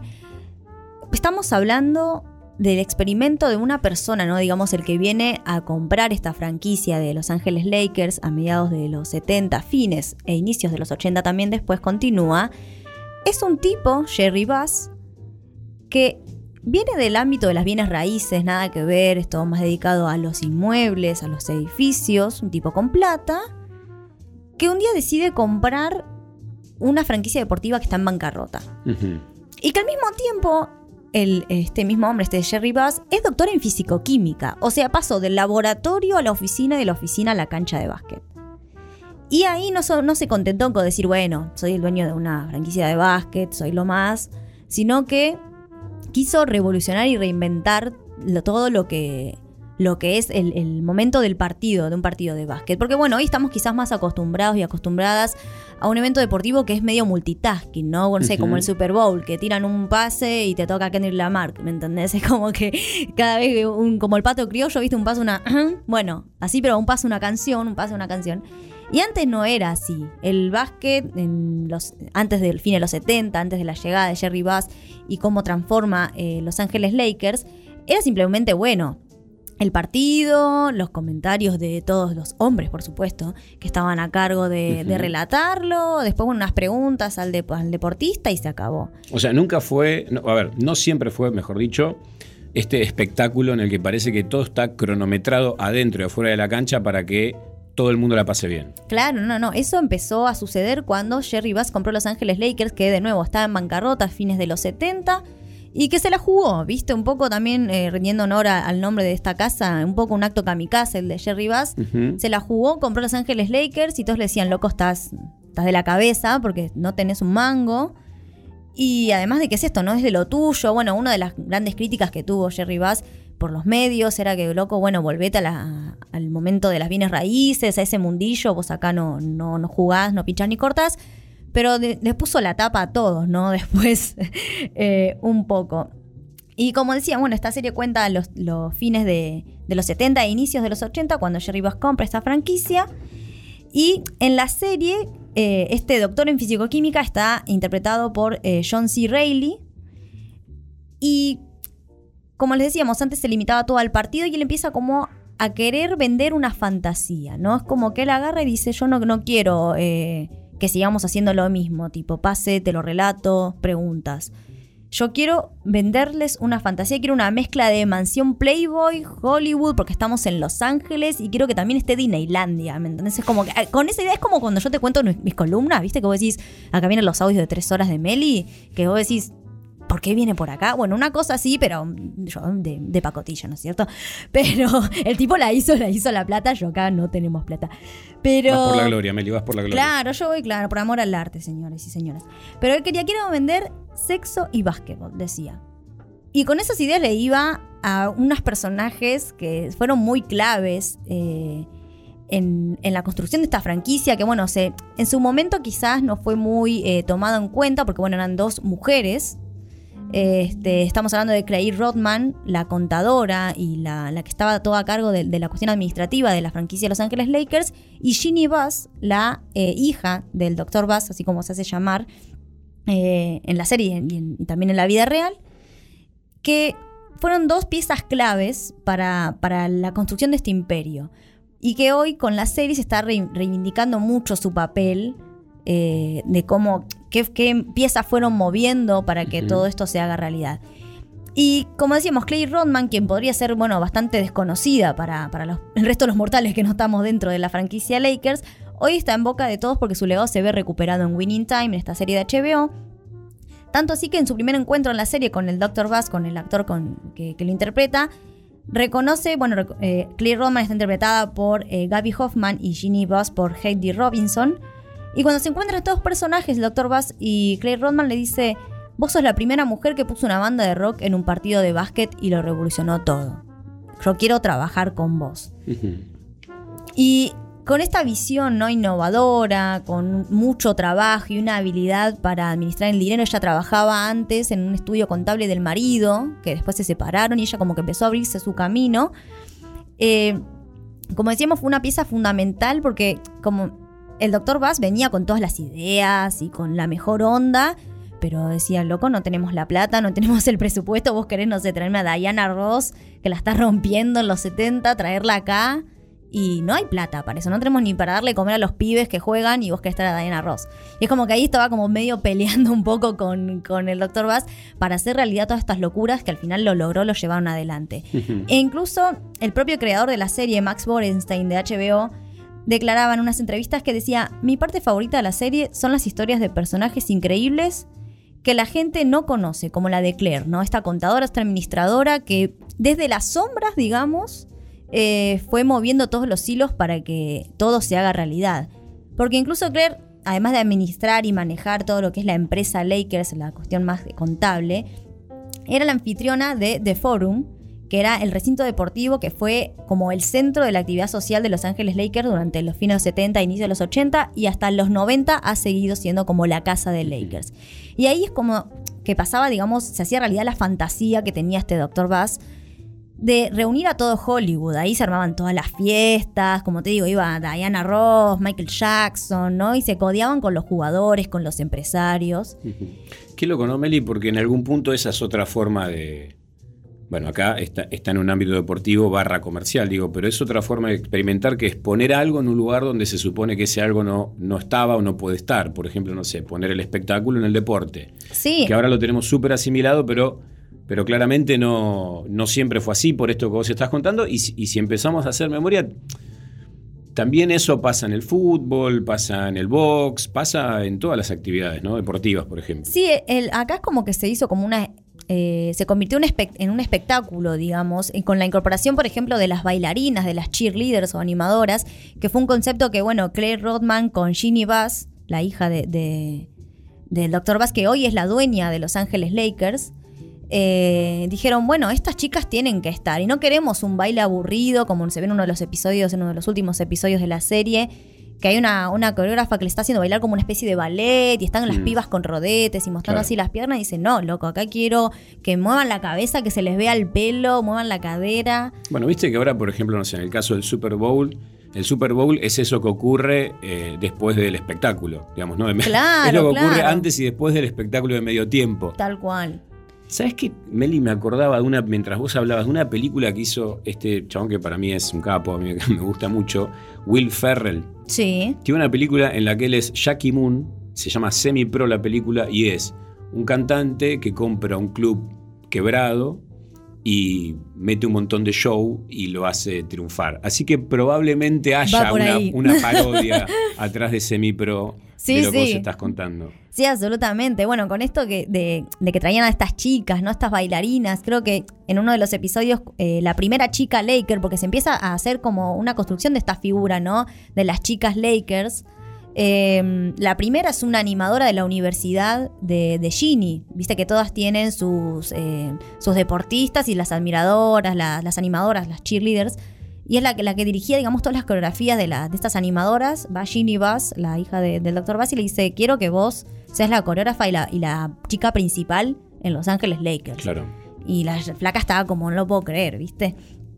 Speaker 5: estamos hablando del experimento de una persona, ¿no? Digamos, el que viene a comprar esta franquicia de Los Ángeles Lakers a mediados de los setenta, fines e inicios de los ochenta también después continúa. Es un tipo, Jerry Buss, que viene del ámbito de las bienes raíces, nada que ver, es todo más dedicado a los inmuebles, a los edificios, un tipo con plata, que un día decide comprar una franquicia deportiva que está en bancarrota. Uh-huh. Y que al mismo tiempo, el, este mismo hombre, este Jerry Buss, es doctor en fisicoquímica. O sea, pasó del laboratorio a la oficina y de la oficina a la cancha de básquet. Y ahí no, so, no se contentó con decir, bueno, soy el dueño de una franquicia de básquet, soy lo más, sino que quiso revolucionar y reinventar lo, todo lo que... lo que es el, el momento del partido, de un partido de básquet. Porque bueno, hoy estamos quizás más acostumbrados y acostumbradas a un evento deportivo que es medio multitasking, ¿no? No sé, uh-huh. como el Super Bowl, que tiran un pase y te toca Kendrick Lamar, ¿me entendés? Es como que cada vez, un, como el pato criollo, viste, un paso, una... bueno, así, pero un paso, una canción, un pase, una canción. Y antes no era así. El básquet, en los, antes del fin de los setenta, antes de la llegada de Jerry Buss y cómo transforma eh, Los Ángeles Lakers, era simplemente, bueno, el partido, los comentarios de todos los hombres, por supuesto, que estaban a cargo de, uh-huh. de relatarlo, después bueno, unas preguntas al, de, al deportista y se acabó.
Speaker 2: O sea, nunca fue, no, a ver, no siempre fue, mejor dicho, este espectáculo en el que parece que todo está cronometrado adentro y afuera de la cancha para que todo el mundo la pase bien.
Speaker 5: Claro, no, no, eso empezó a suceder cuando Jerry Buss compró Los Ángeles Lakers, que de nuevo estaba en bancarrota a fines de los setenta, y que se la jugó, viste, un poco también eh, rindiendo honor a, al nombre de esta casa, un poco un acto kamikaze, el de Jerry Buss. Uh-huh. Se la jugó, compró Los Ángeles Lakers y todos le decían, loco, estás, estás de la cabeza porque no tenés un mango. Y además de que es esto, no es de lo tuyo. Bueno, una de las grandes críticas que tuvo Jerry Buss por los medios era que, loco, bueno, volvete a la, al momento de las bienes raíces, a ese mundillo, vos acá no, no, no jugás, no pinchás ni cortás. Pero de, les puso la tapa a todos, ¿no? Después, eh, un poco. Y como decía, bueno, esta serie cuenta los, los fines de, de los setenta e inicios de los ochenta, cuando Jerry Buss compra esta franquicia. Y en la serie, eh, este doctor en fisicoquímica está interpretado por eh, John C. Reilly. Y como les decíamos, antes se limitaba todo al partido y él empieza como a querer vender una fantasía, ¿no? Es como que él agarra y dice, yo no, no quiero... Eh, que sigamos haciendo lo mismo, tipo pase, te lo relato, preguntas. Yo quiero venderles una fantasía, quiero una mezcla de mansión Playboy, Hollywood, porque estamos en Los Ángeles, y quiero que también esté Disneylandia, ¿me entendés? Es como que, con esa idea es como cuando yo te cuento mis columnas, ¿viste? Que vos decís, acá vienen los audios de tres horas de Meli, que vos decís, ¿por qué viene por acá? Bueno, una cosa así, pero yo de, de pacotilla, ¿no es cierto? Pero el tipo la hizo, la hizo la plata, yo acá no tenemos plata. Pero
Speaker 2: vas por la gloria, Meli, vas por la gloria.
Speaker 5: Claro, yo voy, claro, por amor al arte, señores y señoras. Pero él quería, quiero vender sexo y básquetbol, decía. Y con esas ideas le iba a unos personajes que fueron muy claves eh, en, en la construcción de esta franquicia, que bueno, se, en su momento quizás no fue muy eh, tomado en cuenta, porque bueno, eran dos mujeres. Este, estamos hablando de Claire Rodman, la contadora y la, la que estaba toda a cargo de, de la cuestión administrativa de la franquicia de Los Ángeles Lakers, y Ginny Buss, la eh, hija del doctor Buss, así como se hace llamar eh, en la serie y, en, y también en la vida real, que fueron dos piezas claves para, para la construcción de este imperio, y que hoy con la serie se está re, reivindicando mucho su papel. Eh, de cómo, qué, qué piezas fueron moviendo para que uh-huh. todo esto se haga realidad. Y como decíamos, Claire Rodman, quien podría ser, bueno, bastante desconocida para, para los, el resto de los mortales que no estamos dentro de la franquicia Lakers, hoy está en boca de todos porque su legado se ve recuperado en Winning Time, en esta serie de H B O. Tanto así que en su primer encuentro en la serie con el doctor Buss, con el actor con, que, que lo interpreta, reconoce, bueno, eh, Claire Rodman está interpretada por eh, Gaby Hoffman y Ginny Buss por Heidi Robinson. Y cuando se encuentran estos dos personajes, el doctor Buss y Claire Rodman, le dice, vos sos la primera mujer que puso una banda de rock en un partido de básquet y lo revolucionó todo. Yo quiero trabajar con vos. Uh-huh. Y con esta visión, ¿no?, innovadora, con mucho trabajo y una habilidad para administrar el dinero, ella trabajaba antes en un estudio contable del marido, que después se separaron y ella como que empezó a abrirse su camino. Eh, como decíamos, fue una pieza fundamental porque como... el doctor Buss venía con todas las ideas y con la mejor onda, pero decía, loco, no tenemos la plata, no tenemos el presupuesto, vos querés, no sé, traerme a Diana Ross, que la está rompiendo en los setenta, traerla acá, y no hay plata para eso, no tenemos ni para darle comer a los pibes que juegan y vos querés traer a Diana Ross. Y es como que ahí estaba como medio peleando un poco con, con el doctor Buss para hacer realidad todas estas locuras que al final lo logró, lo llevaron adelante. Uh-huh. E incluso el propio creador de la serie, Max Borenstein de H B O, declaraba en unas entrevistas que decía, mi parte favorita de la serie son las historias de personajes increíbles que la gente no conoce, como la de Claire, ¿no? Esta contadora, esta administradora que desde las sombras, digamos, eh, fue moviendo todos los hilos para que todo se haga realidad. Porque incluso Claire, además de administrar y manejar todo lo que es la empresa Lakers, la cuestión más contable, era la anfitriona de The Forum, que era el recinto deportivo que fue como el centro de la actividad social de Los Ángeles Lakers durante los fines de los setenta, inicio de los ochenta, y hasta los noventa ha seguido siendo como la casa de Lakers. Y ahí es como que pasaba, digamos, se hacía realidad la fantasía que tenía este doctor Buss de reunir a todo Hollywood. Ahí se armaban todas las fiestas, como te digo, iba Diana Ross, Michael Jackson, ¿no? Y se codeaban con los jugadores, con los empresarios.
Speaker 2: Qué loco, ¿no, Meli? Porque en algún punto esa es otra forma de... Bueno, acá está, está en un ámbito deportivo barra comercial, digo, pero es otra forma de experimentar, que es poner algo en un lugar donde se supone que ese algo no, no estaba o no puede estar. Por ejemplo, no sé, poner el espectáculo en el deporte.
Speaker 5: Sí.
Speaker 2: Que ahora lo tenemos súper asimilado, pero, pero claramente no, no siempre fue así, por esto que vos estás contando. Y, y si empezamos a hacer memoria, también eso pasa en el fútbol, pasa en el box, pasa en todas las actividades, ¿no? Deportivas, por ejemplo.
Speaker 5: Sí, el, acá es como que se hizo como una... Eh, se convirtió en, espe- en un espectáculo, digamos, y con la incorporación, por ejemplo, de las bailarinas, de las cheerleaders o animadoras, que fue un concepto que, bueno, Claire Rodman con Ginny Bass, la hija de, de, del doctor Bass, que hoy es la dueña de Los Ángeles Lakers, eh, dijeron, bueno, estas chicas tienen que estar, y no queremos un baile aburrido, como se ve en uno de los episodios, en uno de los últimos episodios de la serie, que hay una, una coreógrafa que le está haciendo bailar como una especie de ballet y están las
Speaker 2: Mm.
Speaker 5: pibas con rodetes y mostrando
Speaker 2: Claro.
Speaker 5: así las piernas y dicen, no, loco, acá quiero que muevan la cabeza, que se les vea el pelo, muevan la cadera.
Speaker 2: Bueno, viste que ahora, por ejemplo, no sé, en el caso del Super Bowl, el Super Bowl es eso que ocurre eh, después del espectáculo, digamos, ¿no?
Speaker 5: Claro,
Speaker 2: es lo que
Speaker 5: claro.
Speaker 2: ocurre antes y después del espectáculo de medio tiempo.
Speaker 5: Tal cual.
Speaker 2: ¿Sabes qué, Meli? Me acordaba de una, mientras vos hablabas, de una película que hizo este chabón que para mí es un capo, a mí me gusta mucho, Will Ferrell.
Speaker 5: Sí.
Speaker 2: Tiene una película en la que él es Jackie Moon, se llama Semi Pro la película, y es un cantante que compra un club quebrado y mete un montón de show y lo hace triunfar. Así que probablemente haya
Speaker 5: por
Speaker 2: una,
Speaker 5: ahí.
Speaker 2: una parodia atrás de Semi Pro
Speaker 5: Sí,
Speaker 2: de lo que
Speaker 5: sí.
Speaker 2: vos estás contando.
Speaker 5: Sí, absolutamente. Bueno, con esto que de, de que traían a estas chicas, ¿no? Estas bailarinas, creo que en uno de los episodios, eh, la primera chica Laker, porque se empieza a hacer como una construcción de esta figura, ¿no? De las chicas Lakers. Eh, la primera es una animadora de la universidad de, de Ginny. Viste que todas tienen sus, eh, sus deportistas y las admiradoras, la- las animadoras, las cheerleaders. Y es la que, la que dirigía, digamos, todas las coreografías de, la, de estas animadoras. Va Ginny Bass, la hija de- del doctor Bass, y le dice, quiero que vos seas la coreógrafa y la, y la chica principal en Los Ángeles Lakers.
Speaker 2: Claro.
Speaker 5: Y la flaca estaba como, no lo puedo creer, ¿viste?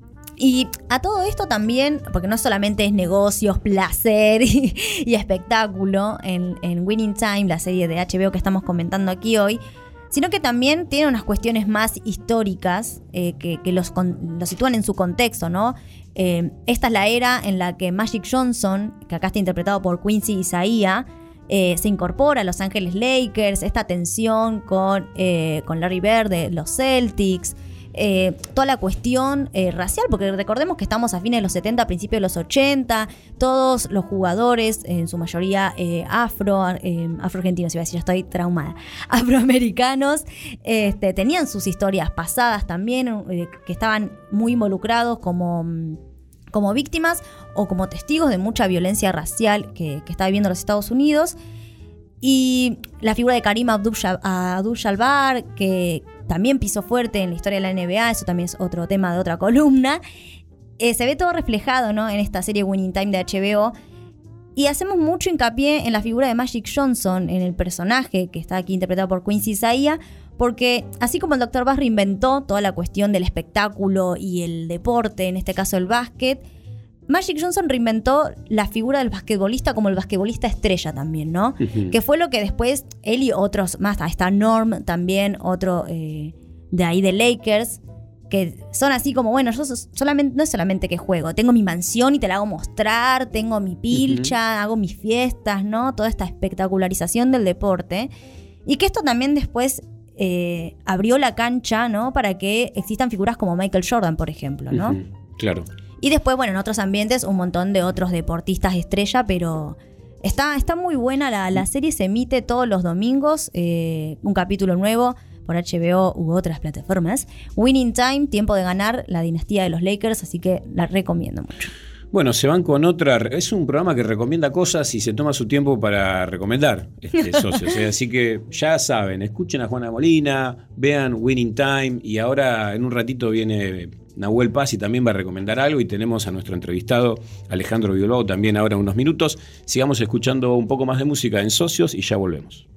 Speaker 5: Y a todo esto también, porque no solamente es negocios, placer y, y espectáculo en, en Winning Time, la serie de H B O que estamos comentando aquí hoy, sino que también tiene unas cuestiones más históricas eh, que, que los, con- los sitúan en su contexto, ¿no? Eh, esta es la era en la que Magic Johnson, que acá está interpretado por Quincy Isaiah, eh, se incorpora a Los Ángeles Lakers, esta tensión con, eh, con Larry Bird de los Celtics, eh, toda la cuestión eh, racial, porque recordemos que estamos a fines de los setenta, principios de los ochenta, todos los jugadores, en su mayoría eh, afro, eh, afroargentinos, iba a decir, ya estoy traumada, afroamericanos, este, tenían sus historias pasadas también, eh, que estaban muy involucrados como... mm, como víctimas o como testigos de mucha violencia racial que, que está viviendo los Estados Unidos. Y la figura de Kareem Abdul- Abdul-Jabbar, que también pisó fuerte en la historia de la N B A, eso también es otro tema de otra columna. Eh, se ve todo reflejado, ¿no? En esta serie Winning Time de H B O. Y hacemos mucho hincapié en la figura de Magic Johnson, en el personaje que está aquí interpretado por Quincy Isaiah, porque así como el doctor Bass reinventó toda la cuestión del espectáculo y el deporte, en este caso el básquet, Magic Johnson reinventó la figura del basquetbolista como el basquetbolista estrella también, ¿no?
Speaker 2: Ujú.
Speaker 5: Que fue lo que después él y otros más, ahí está Norm también, otro eh, de ahí de Lakers, que son así como, bueno, yo so- solamente, no es solamente que juego, tengo mi mansión y te la hago mostrar, tengo mi pilcha, hago mis fiestas, ¿no? Toda esta espectacularización del deporte. Y que esto también después eh, abrió la cancha, ¿no? Para que existan figuras como Michael Jordan, por ejemplo, ¿no?
Speaker 2: Ujú. Claro.
Speaker 5: Y después, bueno, en otros ambientes un montón de otros deportistas estrella, pero está, está muy buena la, la serie, se emite todos los domingos, eh, un capítulo nuevo por H B O u otras plataformas. Winning Time, tiempo de ganar, la dinastía de los Lakers, así que la recomiendo mucho.
Speaker 2: Bueno, se van con otra. Es un programa que recomienda cosas y se toma su tiempo para recomendar, este, socios. ¿eh? Así que ya saben, escuchen a Juana Molina, vean Winning Time y ahora en un ratito viene Nahuel Paz y también va a recomendar algo y tenemos a nuestro entrevistado Alejandro Bioló también ahora en unos minutos. Sigamos escuchando un poco más de música en Socios y ya volvemos.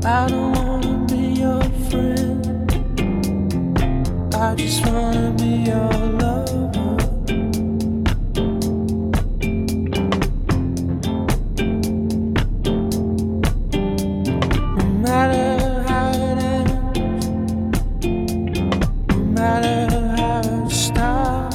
Speaker 6: I don't wanna be your friend. I just wanna be your lover. No matter how it ends, no matter how it starts,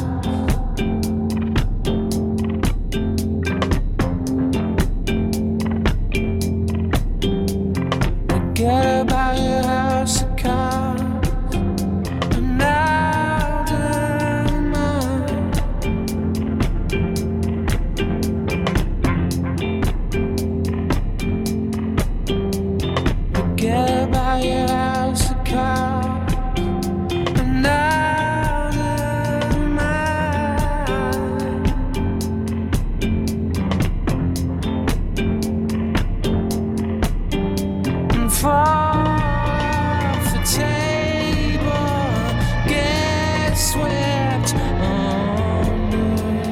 Speaker 6: forget about your house of cards, and now they're mine. Forget about your house of cards, and now they're mine. And fall off the table, get swept under.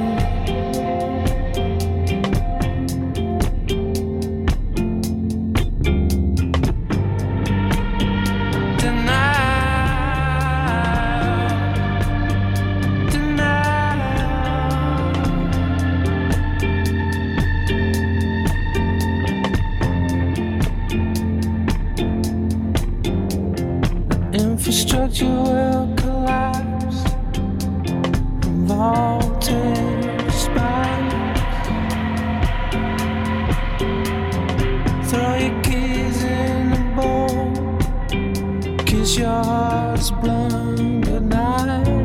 Speaker 6: Denial, infrastructure will collapse, voltage spikes. Throw your keys in the bowl, kiss your heart's blown goodnight.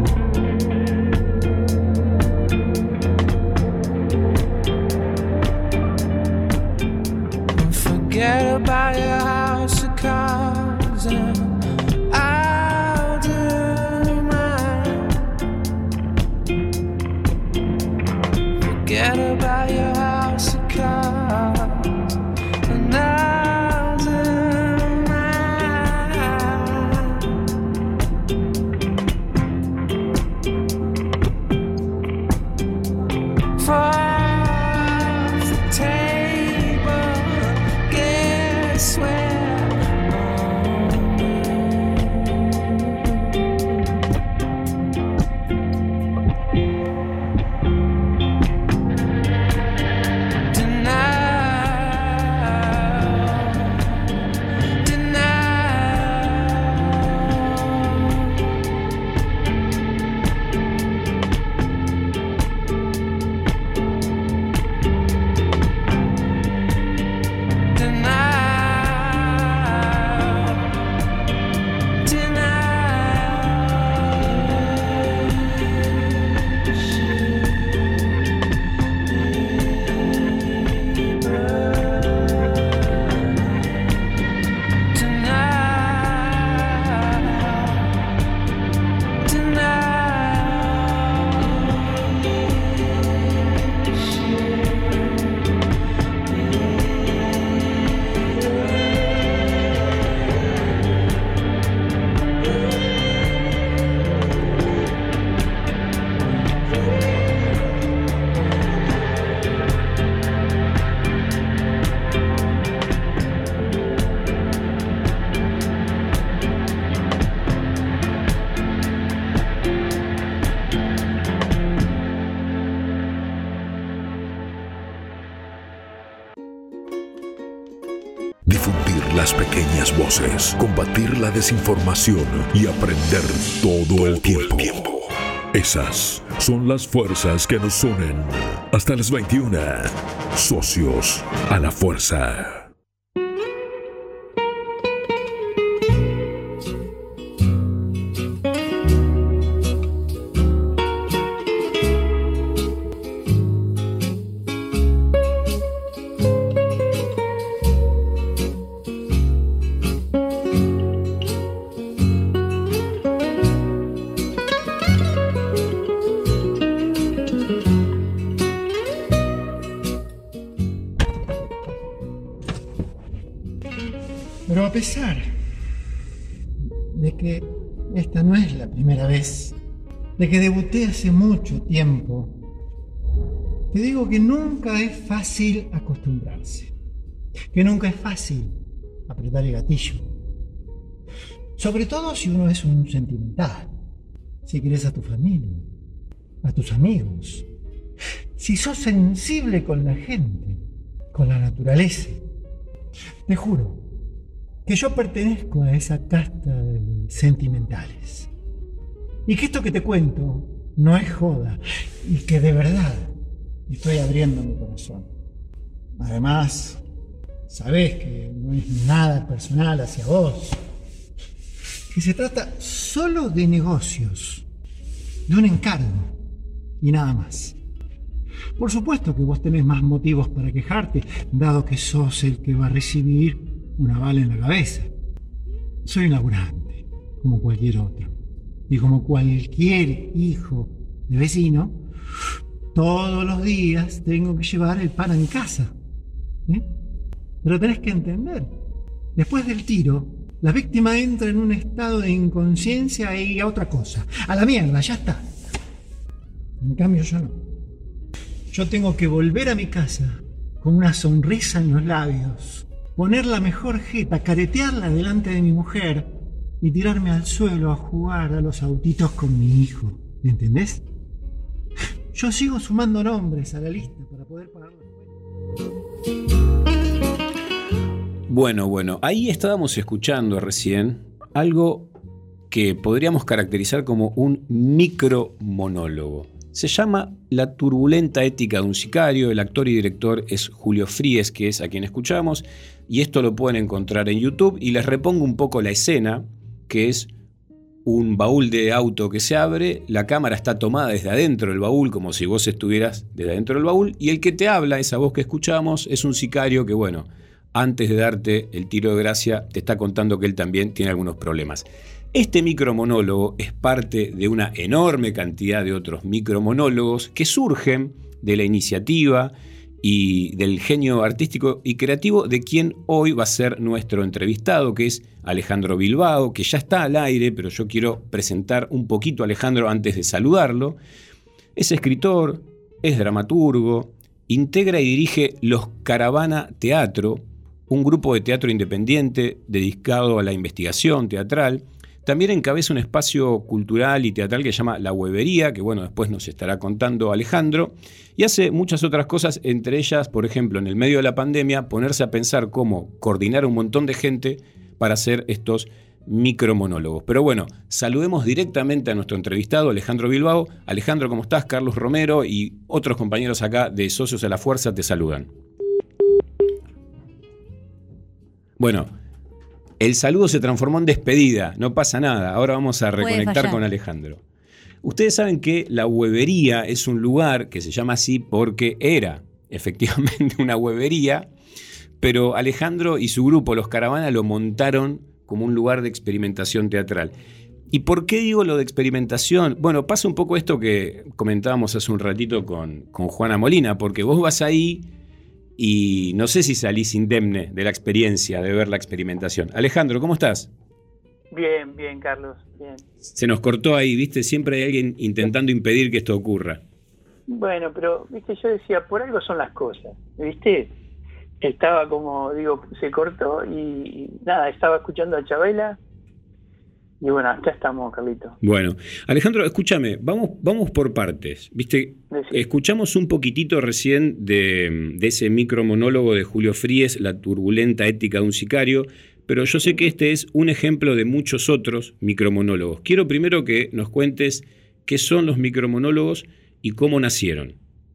Speaker 6: And forget about your house of cards, and I'll do mine. Forget about your house of cards, and I'll do mine. Fall off the table, get swept under. Denial,
Speaker 1: Difundir las pequeñas voces, combatir la desinformación y aprender todo el tiempo. Esas son las fuerzas que nos unen. Hasta las veintiuna. Socios a la fuerza.
Speaker 10: Pero a pesar de que esta no es la primera vez, de que debuté hace mucho tiempo, te digo que nunca es fácil acostumbrarse, que nunca es fácil apretar el gatillo. Sobre todo si uno es un sentimental, si querés a tu familia, a tus amigos, si sos sensible con la gente, con la naturaleza. Te juro que yo pertenezco a esa casta de sentimentales. Y que esto que te cuento no es joda, y que de verdad estoy abriendo mi corazón. Además, sabés que no es nada personal hacia vos, que se trata solo de negocios, de un encargo y nada más. Por supuesto que vos tenés más motivos para quejarte, dado que sos el que va a recibir una bala en la cabeza. Soy un laburante, como cualquier otro. Y como cualquier hijo de vecino, todos los días tengo que llevar el pan a mi casa. ¿Eh? Pero tenés que entender, después del tiro, la víctima entra en un estado de inconsciencia y a otra cosa. A la mierda, ya está. En cambio yo no. Yo tengo que volver a mi casa con una sonrisa en los labios, poner la mejor jeta, caretearla delante de mi mujer y tirarme al suelo a jugar a los autitos con mi hijo. ¿Me entendés? Yo sigo sumando nombres a la lista para poder pagar los cuentas.
Speaker 2: Bueno, bueno, ahí estábamos escuchando recién algo que podríamos caracterizar como un micromonólogo. Se llama La turbulenta ética de un sicario. El actor y director es Julio Fries, que es a quien escuchamos, y esto lo pueden encontrar en YouTube. Y les repongo un poco la escena, que es un baúl de auto que se abre, la cámara está tomada desde adentro del baúl, como si vos estuvieras desde adentro del baúl, y el que te habla, esa voz que escuchamos, es un sicario que, bueno, antes de darte el tiro de gracia, te está contando que él también tiene algunos problemas. Este micromonólogo es parte de una enorme cantidad de otros micromonólogos que surgen de la iniciativa y del genio artístico y creativo de quien hoy va a ser nuestro entrevistado, que es Alejandro Bilbao, que ya está al aire, pero yo quiero presentar un poquito a Alejandro antes de saludarlo. Es escritor, es dramaturgo, integra y dirige Los Caravana Teatro, un grupo de teatro independiente dedicado a la investigación teatral. También encabeza un espacio cultural y teatral que se llama La Huevería, que bueno, después nos estará contando Alejandro, y hace muchas otras cosas, entre ellas, por ejemplo, en el medio de la pandemia, ponerse a pensar cómo coordinar un montón de gente para hacer estos micromonólogos. Pero bueno, saludemos directamente a nuestro entrevistado, Alejandro Bilbao. Alejandro, ¿cómo estás? Carlos Romero y otros compañeros acá de Socios a la Fuerza te saludan. Bueno, el saludo se transformó en despedida, no pasa nada. Ahora vamos a reconectar con Alejandro. Ustedes saben que La Huevería es un lugar que se llama así porque era efectivamente una huevería, pero Alejandro y su grupo, Los Caravana, lo montaron como un lugar de experimentación teatral. ¿Y por qué digo lo de experimentación? Bueno, pasa un poco esto que comentábamos hace un ratito con, con Juana Molina, porque vos vas ahí y no sé si salís indemne de la experiencia, de ver la experimentación. Alejandro, ¿cómo estás?
Speaker 11: Bien, bien, Carlos, bien.
Speaker 2: Se nos cortó ahí, ¿viste? Siempre hay alguien intentando impedir que esto ocurra.
Speaker 11: Bueno, pero, ¿viste? Yo decía, por algo son las cosas, ¿viste? Estaba como, digo, se cortó y, y nada, estaba escuchando a Chabela. Y bueno, acá estamos, Carlito.
Speaker 2: Bueno, Alejandro, escúchame, vamos, vamos por partes. ¿Viste? Escuchamos un poquitito recién de, de ese micromonólogo de Julio Fries, La turbulenta ética de un sicario, pero yo sé que este es un ejemplo de muchos otros micromonólogos. Quiero primero que nos cuentes qué son los micromonólogos y cómo nacieron.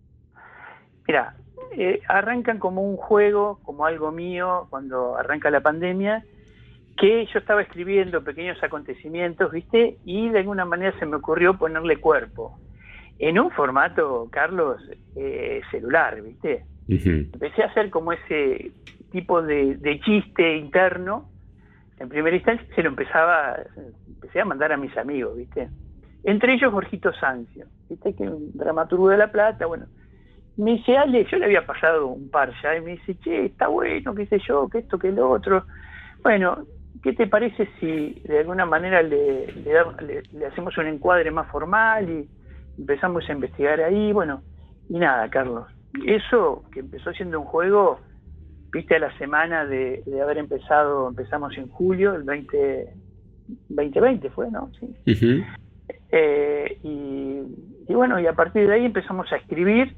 Speaker 11: Mira, eh, arrancan como un juego, como algo mío, cuando arranca la pandemia, que yo estaba escribiendo pequeños acontecimientos, ¿viste? Y de alguna manera se me ocurrió ponerle cuerpo. En un formato, Carlos, eh, celular, ¿viste? Uh-huh. Empecé a hacer como ese tipo de, de chiste interno. En primera instancia se lo empezaba, empecé a mandar a mis amigos, ¿viste? Entre ellos Jorgito Sancio, ¿viste? Que es un dramaturgo de La Plata, bueno. Me dice, Ale, yo le había pasado un par ya, y me dice, che, está bueno, qué sé yo, que esto, que lo otro. Bueno, ¿qué te parece si de alguna manera le, le, le, le hacemos un encuadre más formal y empezamos a investigar ahí? Bueno, y nada, Carlos. Eso, que empezó siendo un juego, viste, a la semana de, de haber empezado, empezamos en julio, el veinte veinte fue, ¿no? Sí. Uh-huh. eh, y, y bueno, y a partir de ahí empezamos a escribir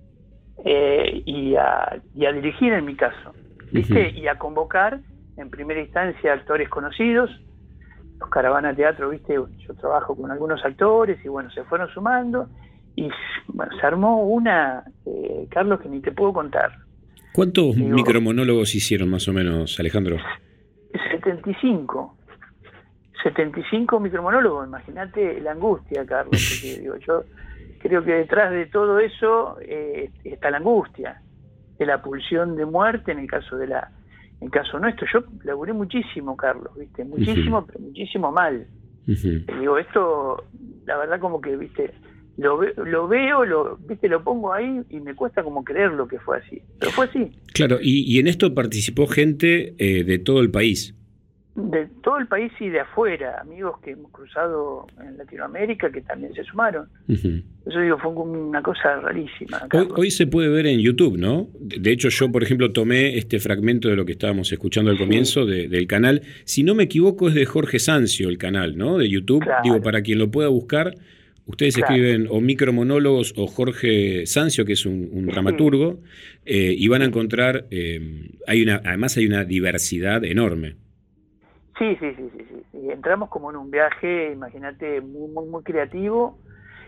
Speaker 11: eh, y, a, y a dirigir en mi caso, ¿viste? Uh-huh. Y a convocar en primera instancia actores conocidos, los Caravana Teatro, ¿viste? Yo trabajo con algunos actores y bueno, se fueron sumando y bueno, se armó una, eh, Carlos, que ni te puedo contar.
Speaker 2: ¿Cuántos
Speaker 11: Digo,
Speaker 2: micromonólogos hicieron más o menos, Alejandro?
Speaker 11: setenta y cinco. setenta y cinco micromonólogos, imagínate la angustia, Carlos, porque digo, yo creo que detrás de todo eso eh, está la angustia, de la pulsión de muerte en el caso de la, en el caso nuestro. Yo laburé muchísimo, Carlos, viste, muchísimo, uh-huh. pero muchísimo mal. Uh-huh. Digo, esto, la verdad como que, viste, lo, ve, lo veo, lo, viste, lo pongo ahí y me cuesta como creerlo que fue así, pero fue así.
Speaker 2: Claro, y, y en esto participó gente eh, de todo el país.
Speaker 11: De todo el país y de afuera, amigos que hemos cruzado en Latinoamérica que también se sumaron. Uh-huh. Eso digo, fue una cosa rarísima.
Speaker 2: Hoy, hoy se puede ver en YouTube, ¿no? De hecho, yo, por ejemplo, tomé este fragmento de lo que estábamos escuchando al comienzo sí. de, del canal. Si no me equivoco, es de Jorge Sancio el canal, ¿no? De YouTube. Claro. Digo, para quien lo pueda buscar, ustedes claro. escriben o micromonólogos o Jorge Sancio, que es un, un dramaturgo, eh, y van a encontrar, eh, hay una, además hay una diversidad enorme.
Speaker 11: Sí, sí, sí, sí, sí, sí. Entramos como en un viaje, imagínate, muy, muy, muy creativo,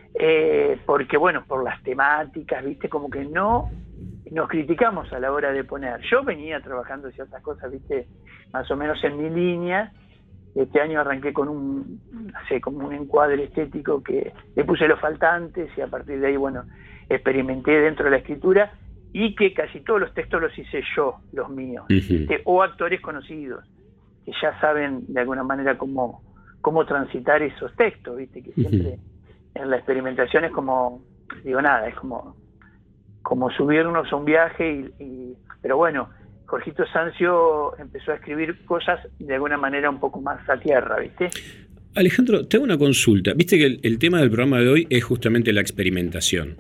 Speaker 11: eh, porque bueno, por las temáticas, viste, como que no nos criticamos a la hora de poner. Yo venía trabajando ciertas cosas, viste, más o menos en mi línea. Este año arranqué con un, no sé, como un encuadre estético que le puse los faltantes y a partir de ahí, bueno, experimenté dentro de la escritura y que casi todos los textos los hice yo, los míos, uh-huh. ¿viste? O actores conocidos que ya saben de alguna manera cómo, cómo transitar esos textos, viste, que siempre uh-huh. en la experimentación es como, digo nada, es como, como subirnos a un viaje, y, y pero bueno, Jorgito Sancio empezó a escribir cosas de alguna manera un poco más a tierra, ¿viste?
Speaker 2: Alejandro, te hago una consulta. Viste que el, el tema del programa de hoy es justamente la experimentación.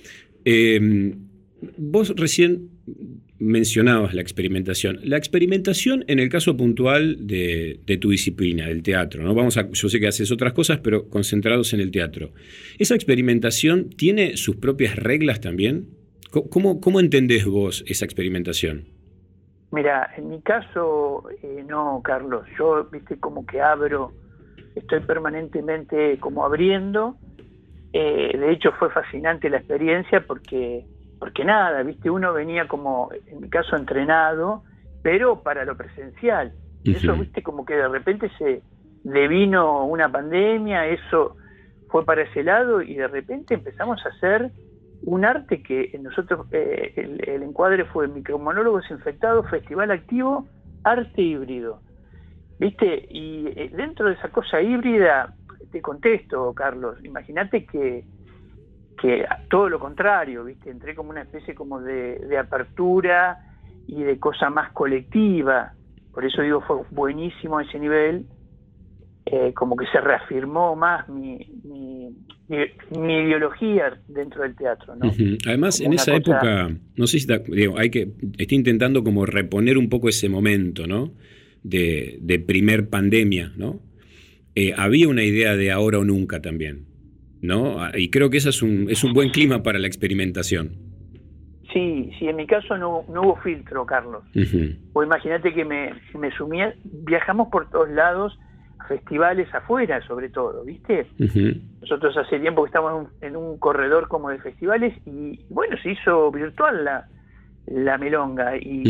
Speaker 2: Eh, vos recién mencionabas la experimentación. La experimentación en el caso puntual de, de tu disciplina, del teatro, ¿no? Vamos a, yo sé que haces otras cosas, pero concentrados en el teatro. ¿Esa experimentación tiene sus propias reglas también? ¿Cómo, cómo entendés vos esa experimentación?
Speaker 11: Mira, en mi caso, eh, no, Carlos. Yo, viste, como que abro, estoy permanentemente como abriendo. Eh, de hecho, fue fascinante la experiencia porque... Porque nada, viste, uno venía como, en mi caso, entrenado, pero para lo presencial. Y eso, viste, como que de repente se le vino una pandemia, eso fue para ese lado, y de repente empezamos a hacer un arte que nosotros, eh, el, el encuadre fue Micromonólogos Infectados, Festival Activo, Arte Híbrido. Viste, y eh, dentro de esa cosa híbrida, te contesto, Carlos, imagínate que que todo lo contrario, viste, entré como una especie como de, de apertura y de cosa más colectiva. Por eso digo, fue buenísimo ese nivel, eh, como que se reafirmó más mi, mi, mi, mi ideología dentro del teatro, ¿no?
Speaker 2: Uh-huh. Además, como en esa cosa... época, no sé si está, digo, hay que, estoy intentando como reponer un poco ese momento, ¿no? De, de primer pandemia, ¿no? Eh, había una idea de ahora o nunca también, ¿no? Y creo que ese es un, es un buen clima para la experimentación.
Speaker 11: Sí, sí, en mi caso no, no hubo filtro, Carlos. Uh-huh. O imagínate que me, me sumía, viajamos por todos lados, festivales afuera sobre todo, ¿viste? Uh-huh. Nosotros hace tiempo que estamos en un, en un corredor como de festivales y bueno, se hizo virtual la, la milonga y,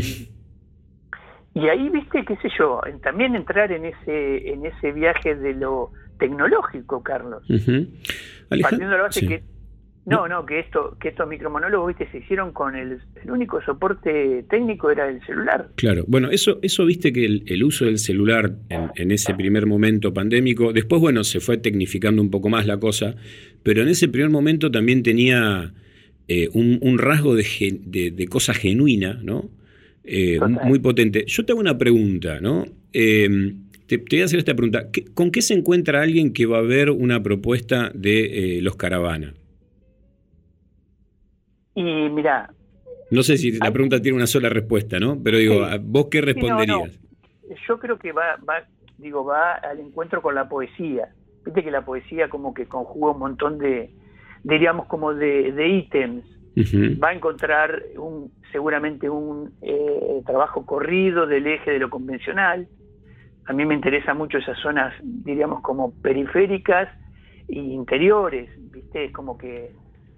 Speaker 11: y ahí, ¿viste? Qué sé yo, también entrar en ese, en ese viaje de lo tecnológico, Carlos. Uh-huh. Partiendo de la base sí. que no, no, que esto, que estos micromonólogos, viste, se hicieron con el, el único soporte técnico era el celular.
Speaker 2: Claro, bueno, eso, eso viste que el, el uso del celular en, en ese primer momento pandémico, después bueno, se fue tecnificando un poco más la cosa, pero en ese primer momento también tenía eh, un, un rasgo de, de, de cosa genuina, ¿no? Eh, muy potente. Yo te hago una pregunta, ¿no? Eh, Te, te voy a hacer esta pregunta. ¿Con qué se encuentra alguien que va a ver una propuesta de eh, los Caravana?
Speaker 11: Y mirá,
Speaker 2: No sé si la pregunta tiene una sola respuesta, ¿no? Pero digo,
Speaker 11: Sí.
Speaker 2: ¿vos qué
Speaker 11: Sí,
Speaker 2: responderías?
Speaker 11: no, no. Yo creo que va, va, digo, va al encuentro con la poesía. Viste que la poesía como que conjuga un montón de, diríamos como de, de ítems.
Speaker 2: Uh-huh.
Speaker 11: Va a encontrar un, seguramente un eh, trabajo corrido del eje de lo convencional. A mí me interesa mucho esas zonas, diríamos, como periféricas e interiores, ¿viste? Es como que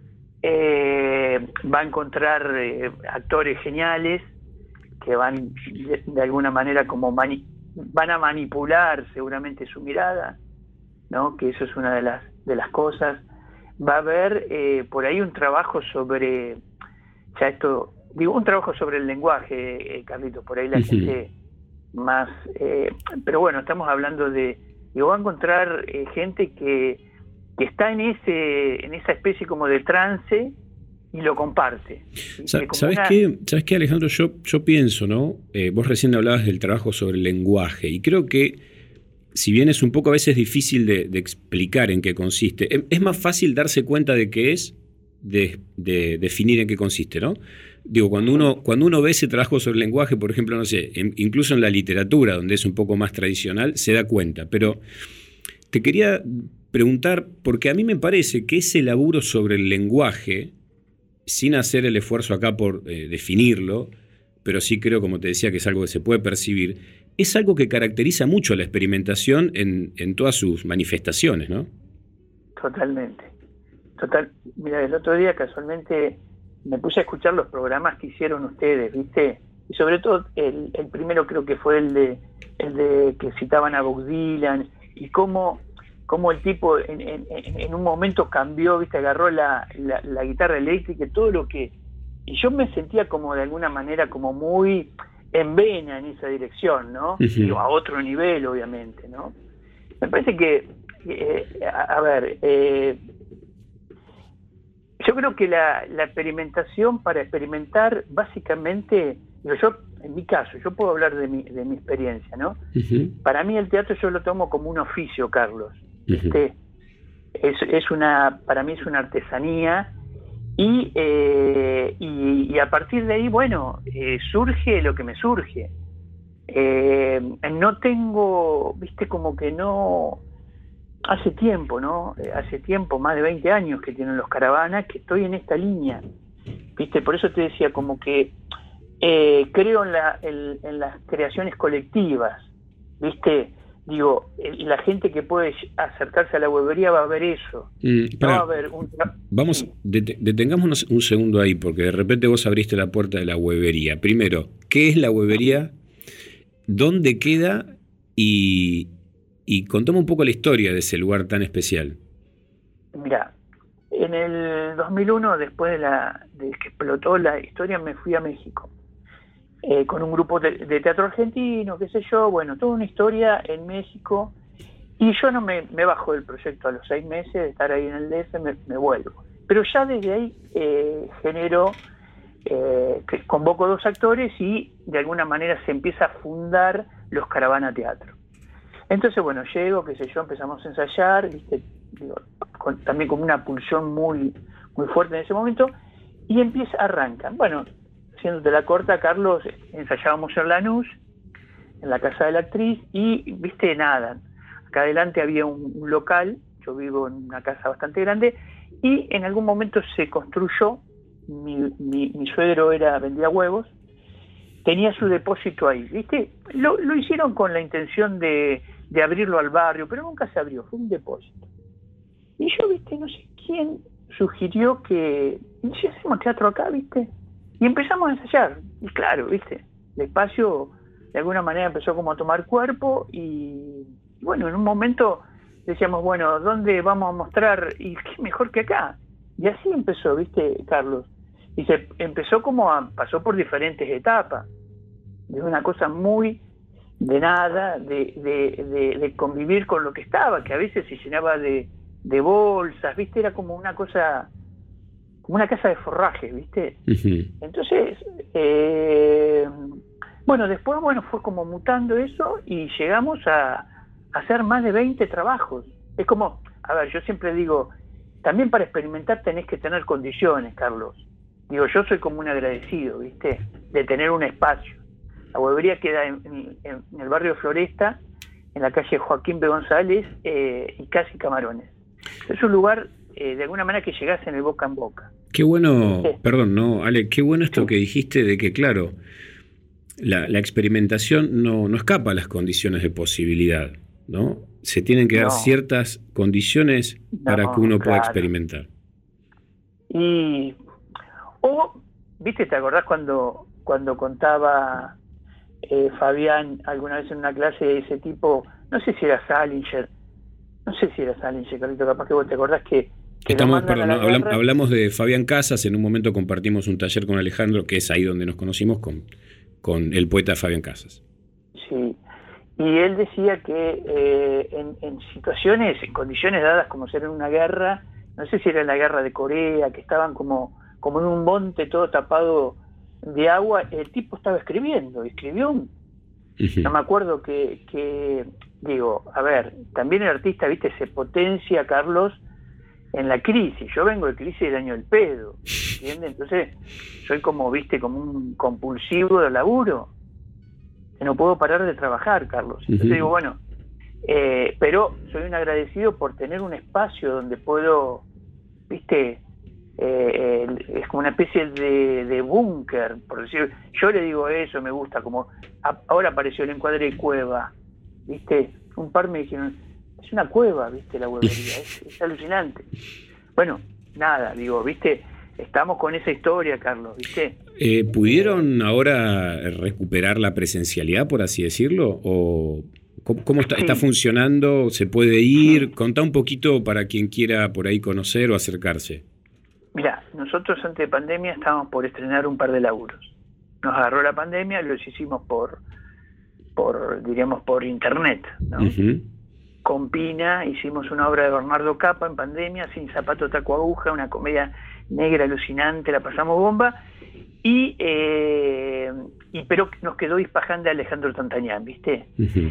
Speaker 11: eh, va a encontrar eh, actores geniales que van de, de alguna manera como mani van a manipular seguramente su mirada, ¿no? Que eso es una de las de las cosas. Va a haber eh, por ahí un trabajo sobre, ya esto, digo, un trabajo sobre el lenguaje, eh, Carlitos, por ahí la uh-huh. gente más, eh, pero bueno, estamos hablando de, digo, va a encontrar eh, gente que, que está en ese, en esa especie como de trance y lo comparte.
Speaker 2: Sa ¿Sabes una... qué? ¿Sabes qué, Alejandro? Yo, yo pienso, ¿no? Eh, vos recién hablabas del trabajo sobre el lenguaje y creo que si bien es un poco a veces difícil de, de explicar en qué consiste, es, es más fácil darse cuenta de qué es de, de definir en qué consiste, ¿no? Digo, cuando uno, cuando uno ve ese trabajo sobre el lenguaje, por ejemplo, no sé, en, incluso en la literatura, donde es un poco más tradicional, se da cuenta. Pero te quería preguntar, porque a mí me parece que ese laburo sobre el lenguaje, sin hacer el esfuerzo acá por eh, definirlo, pero sí creo, como te decía, que es algo que se puede percibir, es algo que caracteriza mucho la experimentación en, en todas sus manifestaciones, ¿no?
Speaker 11: Totalmente. Total. Mira, el otro día casualmente me puse a escuchar los programas que hicieron ustedes, ¿viste? Y sobre todo el, el primero creo que fue el de el de que citaban a Bob Dylan y cómo, cómo el tipo en, en, en un momento cambió, ¿viste? Agarró la, la, la guitarra eléctrica y todo lo que... Y yo me sentía como de alguna manera como muy en vena en esa dirección, ¿no?
Speaker 2: Uh-huh.
Speaker 11: Digo, a otro nivel, obviamente, ¿no? Me parece que, eh, a, a ver... Eh, Yo creo que la, la experimentación para experimentar, básicamente, digo, yo, en mi caso, yo puedo hablar de mi, de mi experiencia, ¿no?
Speaker 2: Uh-huh.
Speaker 11: Para mí el teatro yo lo tomo como un oficio, Carlos.
Speaker 2: Uh-huh.
Speaker 11: Este, es, es una, para mí es una artesanía y, eh, y, y a partir de ahí, bueno, eh, surge lo que me surge. Eh, no tengo, viste, como que no... Hace tiempo, ¿no? Hace tiempo, más de veinte años que tienen los Caravanas, que estoy en esta línea, ¿viste? Por eso te decía, como que eh, creo en, la, en, en las creaciones colectivas, ¿viste? Digo, el, la gente que puede acercarse a la huevería va a ver eso.
Speaker 2: Mm,
Speaker 11: no va a haber un...
Speaker 2: Vamos, sí. det detengámonos un segundo ahí, porque de repente vos abriste la puerta de la huevería. Primero, ¿qué es la huevería? ¿Dónde queda? Y... Y contame un poco la historia de ese lugar tan especial.
Speaker 11: Mira, en el dos mil uno, después de, la, de que explotó la historia, me fui a México. Eh, con un grupo de, de teatro argentino, qué sé yo, bueno, toda una historia en México. Y yo no me, me bajo del proyecto a los seis meses de estar ahí en el D F, me, me vuelvo. Pero ya desde ahí eh, genero, eh, que convoco dos actores y de alguna manera se empieza a fundar los Caravana Teatro. Entonces, bueno, llego, qué sé yo, empezamos a ensayar, ¿viste? Digo, con, también con una pulsión muy, muy fuerte en ese momento, y empieza, arrancan. Bueno, haciéndote la corta, Carlos, ensayábamos en Lanús, en la casa de la actriz, y, viste, nada. Acá adelante había un, un local, yo vivo en una casa bastante grande, y en algún momento se construyó, mi, mi, mi suegro era vendía huevos, tenía su depósito ahí, ¿viste? Lo, lo hicieron con la intención de, de abrirlo al barrio, pero nunca se abrió, fue un depósito. Y yo, ¿viste? No sé quién sugirió que... ¿Y si hacemos teatro acá, viste? Y empezamos a ensayar. Y claro, ¿viste? El espacio de alguna manera empezó como a tomar cuerpo y, y bueno, en un momento decíamos, bueno, ¿dónde vamos a mostrar? Y qué mejor que acá. Y así empezó, ¿viste, Carlos? Y se empezó como a, pasó por diferentes etapas, de una cosa muy de nada, de, de, de, de convivir con lo que estaba, que a veces se llenaba de, de bolsas, ¿viste? Era como una cosa, como una casa de forraje, ¿viste? Uh-huh. Entonces, eh, bueno, después, bueno, fue como mutando eso y llegamos a, a hacer más de veinte trabajos. Es como, a ver, yo siempre digo, también para experimentar tenés que tener condiciones, Carlos. digo, yo soy como un agradecido, ¿viste? De tener un espacio. La huevería queda en, en, en el barrio Floresta, en la calle Joaquín B. González eh, y casi Camarones. Es un lugar, eh, de alguna manera, que llegás en el boca en boca.
Speaker 2: Qué bueno,
Speaker 11: Sí.
Speaker 2: perdón, no, Ale, qué bueno esto
Speaker 11: Sí.
Speaker 2: que dijiste de que, claro, la, la experimentación no, no escapa a las condiciones de posibilidad, ¿no? Se tienen que dar
Speaker 11: No.
Speaker 2: ciertas condiciones para
Speaker 11: No,
Speaker 2: que uno pueda
Speaker 11: claro.
Speaker 2: experimentar.
Speaker 11: Y, o, ¿viste? ¿Te acordás cuando, cuando contaba eh, Fabián alguna vez en una clase de ese tipo? No sé si era Salinger, no sé si era Salinger, Carlito, capaz que vos te acordás que, que lo
Speaker 2: Estamos,
Speaker 11: mandan
Speaker 2: perdón,
Speaker 11: a
Speaker 2: no,
Speaker 11: la
Speaker 2: hablam-
Speaker 11: guerra.
Speaker 2: hablamos de Fabián Casas, en un momento compartimos un taller con Alejandro, que es ahí donde nos conocimos con, con el poeta Fabián Casas.
Speaker 11: Sí, y él decía que eh, en, en situaciones, en condiciones dadas como ser en una guerra, no sé si era en la guerra de Corea, que estaban como, como en un monte todo tapado de agua, el tipo estaba escribiendo, escribió un,
Speaker 2: Ujú.
Speaker 11: no me acuerdo que, que, digo, a ver, también el artista, viste, se potencia, Carlos, en la crisis. Yo vengo de crisis del año del pedo, ¿entiendes? Entonces, soy como, viste, como un compulsivo de laburo, que no puedo parar de trabajar, Carlos. Entonces
Speaker 2: Ujú.
Speaker 11: digo, bueno, eh, pero soy un agradecido por tener un espacio donde puedo, viste, eh, eh, es como una especie de, de búnker, por decir, yo le digo eso, me gusta, como a- ahora apareció el encuadre de cueva, viste, un par me dijeron, es una cueva, viste, la huevería, es, es alucinante. Bueno, nada, digo, viste, estamos con esa historia, Carlos, viste.
Speaker 2: Eh, ¿Pudieron ahora recuperar la presencialidad, por así decirlo? ¿O cómo, cómo está,
Speaker 11: Sí.
Speaker 2: está funcionando? ¿Se puede ir? Contá un poquito para quien quiera por ahí conocer o acercarse.
Speaker 11: Mirá, nosotros antes de pandemia estábamos por estrenar un par de laburos. Nos agarró la pandemia, los hicimos por, por diríamos, por internet, ¿no?
Speaker 2: Ujú.
Speaker 11: Con Pina hicimos una obra de Bernardo Capa en pandemia, Sin zapato, taco, aguja, una comedia negra alucinante, la pasamos bomba. Y, eh, y pero nos quedó Ispaján de Alejandro Tantañán, ¿viste?
Speaker 2: Ujú.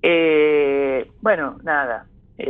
Speaker 11: Eh, bueno, nada,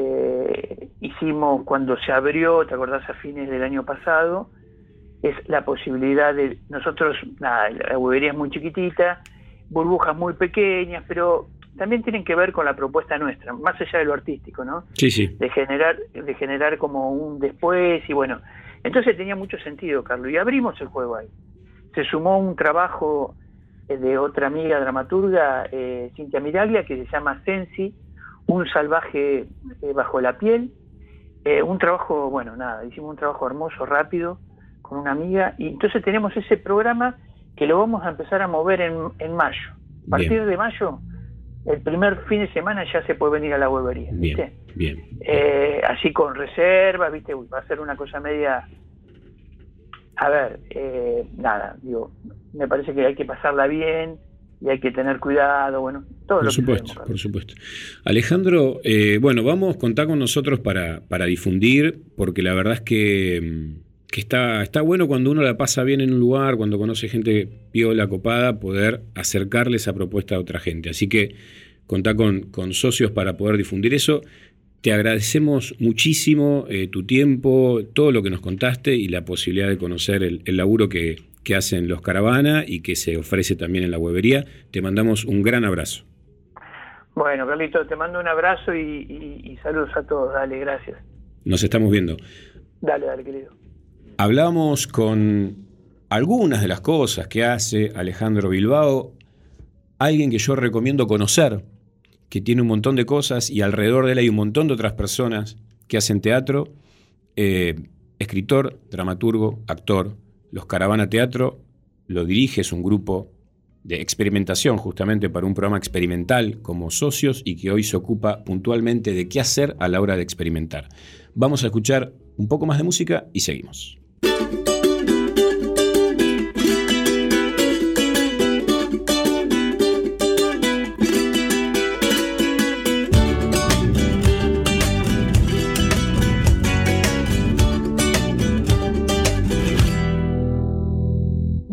Speaker 11: eh, hicimos cuando se abrió, ¿te acordás? A fines del año pasado, es la posibilidad de, nosotros, nada, la huevería es muy chiquitita, burbujas muy pequeñas, pero también tienen que ver con la propuesta nuestra, más allá de lo artístico, ¿no?
Speaker 2: Sí, sí.
Speaker 11: De generar, de generar como un después, y bueno, entonces tenía mucho sentido, Carlos, y abrimos el juego ahí. Se sumó un trabajo eh, de otra amiga dramaturga, eh, Cintia Miraglia, que se llama Sensi, un salvaje eh, bajo la piel, eh, un trabajo, bueno, nada, hicimos un trabajo hermoso, rápido, con una amiga, y entonces tenemos ese programa que lo vamos a empezar a mover en, en mayo. A partir
Speaker 2: Bien.
Speaker 11: de mayo, el primer fin de semana ya se puede venir a la huevería, ¿viste?
Speaker 2: Bien, bien.
Speaker 11: Eh, así con reservas, ¿viste? Uy, va a ser una cosa media... A ver, eh, nada, digo, me parece que hay que pasarla bien y hay que tener cuidado, bueno, todo
Speaker 2: Por
Speaker 11: lo que
Speaker 2: supuesto,
Speaker 11: sabemos,
Speaker 2: por supuesto. Alejandro, eh, bueno, vamos, contá con nosotros para, para difundir, porque la verdad es que, mm, que está, está bueno cuando uno la pasa bien en un lugar, cuando conoce gente piola, copada, poder acercarle esa propuesta a otra gente. Así que contá con, con socios para poder difundir eso. Te agradecemos muchísimo eh, tu tiempo, todo lo que nos contaste y la posibilidad de conocer el, el laburo que, que hacen los Caravana y que se ofrece también en la huevería. Te mandamos un gran abrazo.
Speaker 11: Bueno, Carlito, te mando un abrazo y, y, y saludos a todos, dale, gracias.
Speaker 2: Nos estamos viendo.
Speaker 11: Dale, dale, querido.
Speaker 2: Hablábamos con algunas de las cosas que hace Alejandro Bilbao, alguien que yo recomiendo conocer, que tiene un montón de cosas y alrededor de él hay un montón de otras personas que hacen teatro, eh, escritor, dramaturgo, actor. Los Caravana Teatro lo dirige, es un grupo de experimentación justamente para un programa experimental como socios y que hoy se ocupa puntualmente de qué hacer a la hora de experimentar. Vamos a escuchar un poco más de música y seguimos.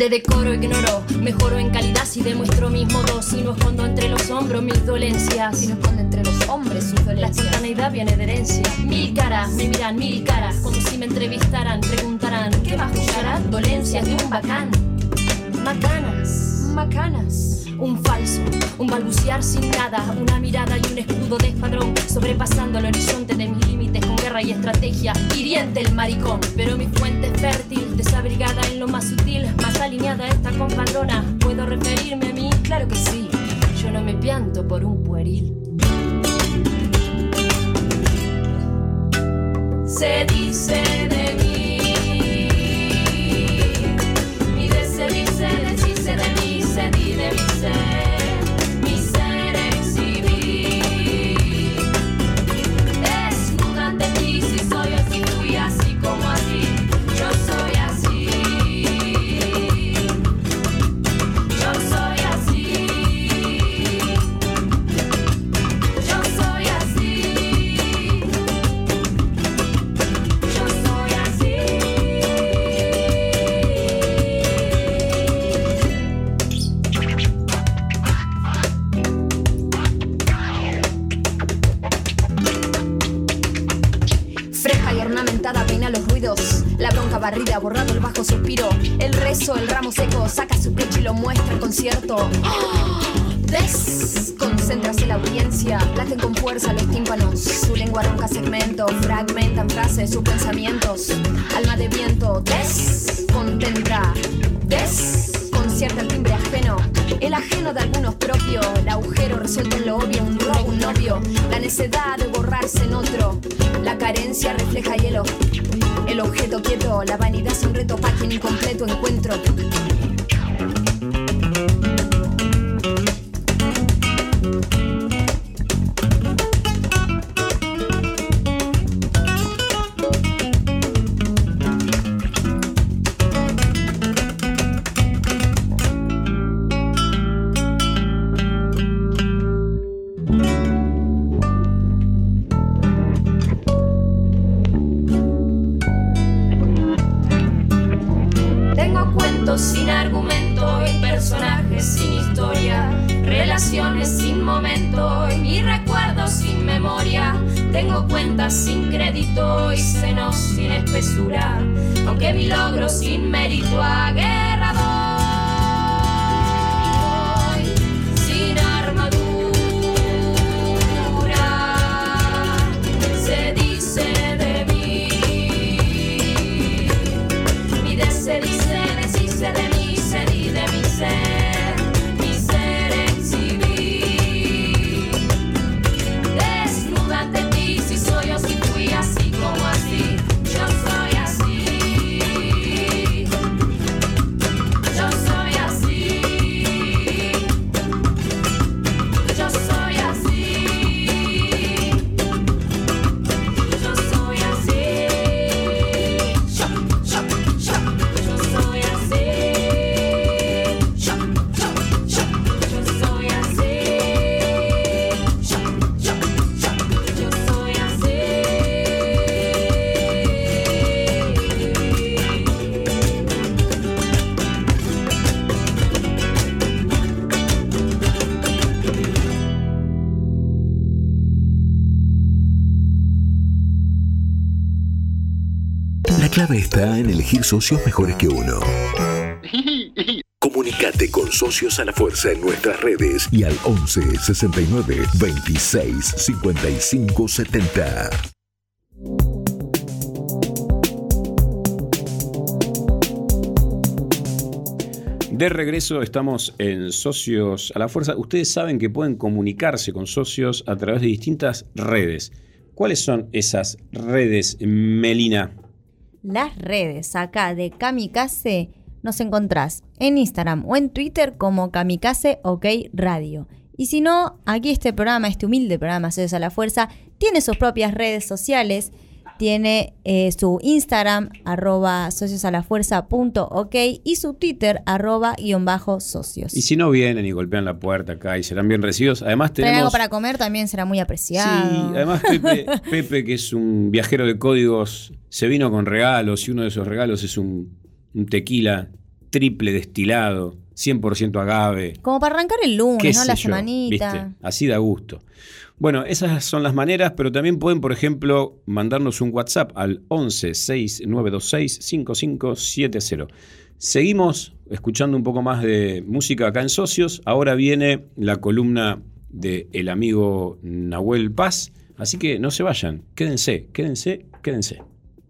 Speaker 12: de decoro ignoro, mejoro en calidad si demuestro mis modos. Y no escondo entre los hombros mis dolencias.
Speaker 13: Si no escondo entre los hombres sus dolencias.
Speaker 12: La espontaneidad viene de herencia. Mil caras, me miran mil caras. Como si me entrevistaran, preguntarán ¿qué más escucharán? Dolencias de un bacán. Macanas, macanas. Un falso, un balbucear sin nada. Una mirada y un escudo de escuadrón. Sobrepasando el horizonte de mis límites con guerra y estrategia. Hiriente el maricón, pero mi fuente es fértil. Desabrigada en lo más sutil, más alineada esta compadrona. ¿Puedo referirme a mí? Claro que sí. Yo no me pianto por un pueril. Se dice de mí, mi de se dice, deshice de mí, se di de mi ser, mi ser exhibí. Desnuda ante ti, si soy o si fui así como así, yo soy así, yo soy así, yo soy así. Peina los ruidos, la bronca barrida, borrado el bajo suspiro. El rezo, el ramo seco, saca su pecho y lo muestra al concierto. Desconcéntrase la audiencia, laten con fuerza los tímpanos. Su lengua ronca segmento, fragmentan frases, sus pensamientos. Alma de viento, descontempla, desconcierta el timbre ajeno. El ajeno de algunos propio, el agujero resuelto en lo obvio, un robo, un novio. La necedad de borrarse en otro, la carencia refleja hielo. El objeto quieto, la vanidad es un reto para quien incompleto encuentro. Sin argumento y personajes sin historia, relaciones sin momento y recuerdos sin memoria. Tengo cuentas sin crédito y senos sin espesura, aunque mi logro sin mérito a guerra doy, sin armadura. Se dice de mí, mi de se dice. De mí, se di de mi ser, mi ser exhibí. Desnuda ante ti, si soy o si fui así como así, yo soy así, yo soy así, yo soy así, yo soy así, yo, yo, yo, yo soy así.
Speaker 1: La clave está en elegir socios mejores que uno. Comunicate con Socios a la Fuerza en nuestras redes y al once sesenta y nueve veintiséis cincuenta y cinco setenta.
Speaker 2: De regreso estamos en Socios a la Fuerza. Ustedes saben que pueden comunicarse con socios a través de distintas redes. ¿Cuáles son esas redes, Melina?
Speaker 5: Las redes acá de Kamikaze nos encontrás en Instagram o en Twitter como Kamikaze OK Radio. Y si no, aquí este programa, este humilde programa Socios a la Fuerza, tiene sus propias redes sociales. Tiene eh, su Instagram, arroba sociosalafuerza.ok y su Twitter, arroba guión bajo socios.
Speaker 2: Y si no vienen y golpean la puerta acá y serán bien recibidos, además tenemos...
Speaker 5: Traen algo para comer, también será muy apreciado.
Speaker 2: Sí, además Pepe, Pepe, que es un viajero de códigos, se vino con regalos y uno de esos regalos es un, un tequila triple destilado, cien por ciento agave.
Speaker 5: Como para arrancar el lunes,
Speaker 2: qué
Speaker 5: ¿no?
Speaker 2: sé
Speaker 5: La
Speaker 2: yo,
Speaker 5: semanita.
Speaker 2: ¿viste? Así da gusto. Bueno, esas son las maneras, pero también pueden, por ejemplo, mandarnos un WhatsApp al once seis nueve dos seis cinco cinco siete cero. Seguimos escuchando un poco más de música acá en Socios. Ahora viene la columna del amigo Nahuel Paz. Así que no se vayan, quédense, quédense, quédense.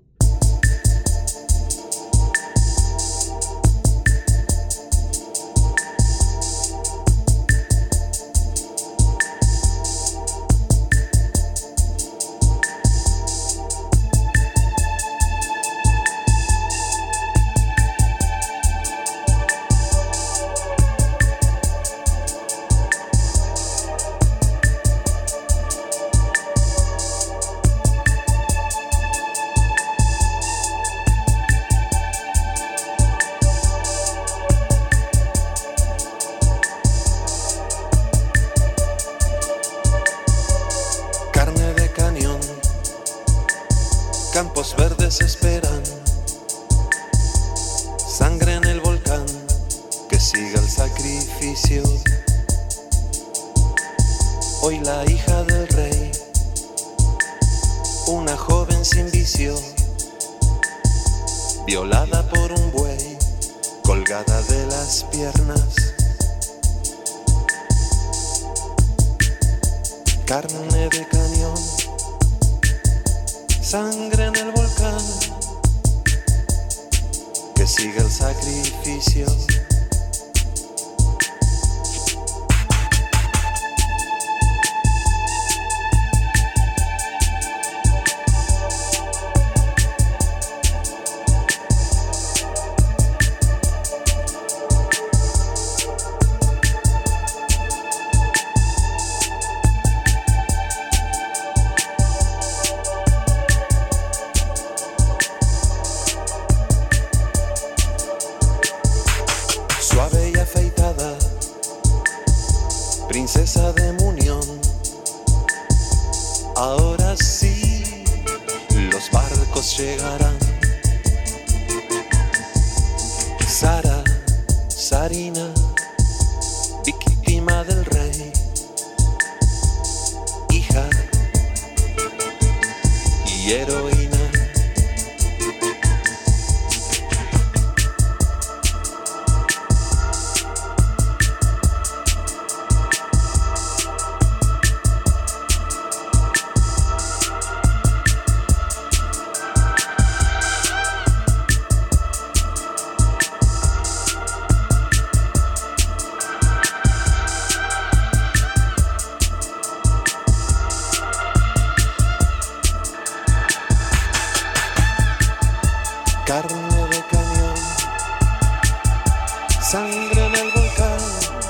Speaker 14: Campos verdes esperan, sangre en el volcán, que siga el sacrificio. Hoy la hija del rey, una joven sin vicio, violada por un buey, colgada de las piernas. Carne de cañón, sangre en el volcán, que siga el sacrificio. Suave y afeitada, princesa de Munión. Ahora sí, los barcos llegarán. Sara, Sarina, víctima del rey, hija y heroína. Carne de cañón, sangre en el volcán,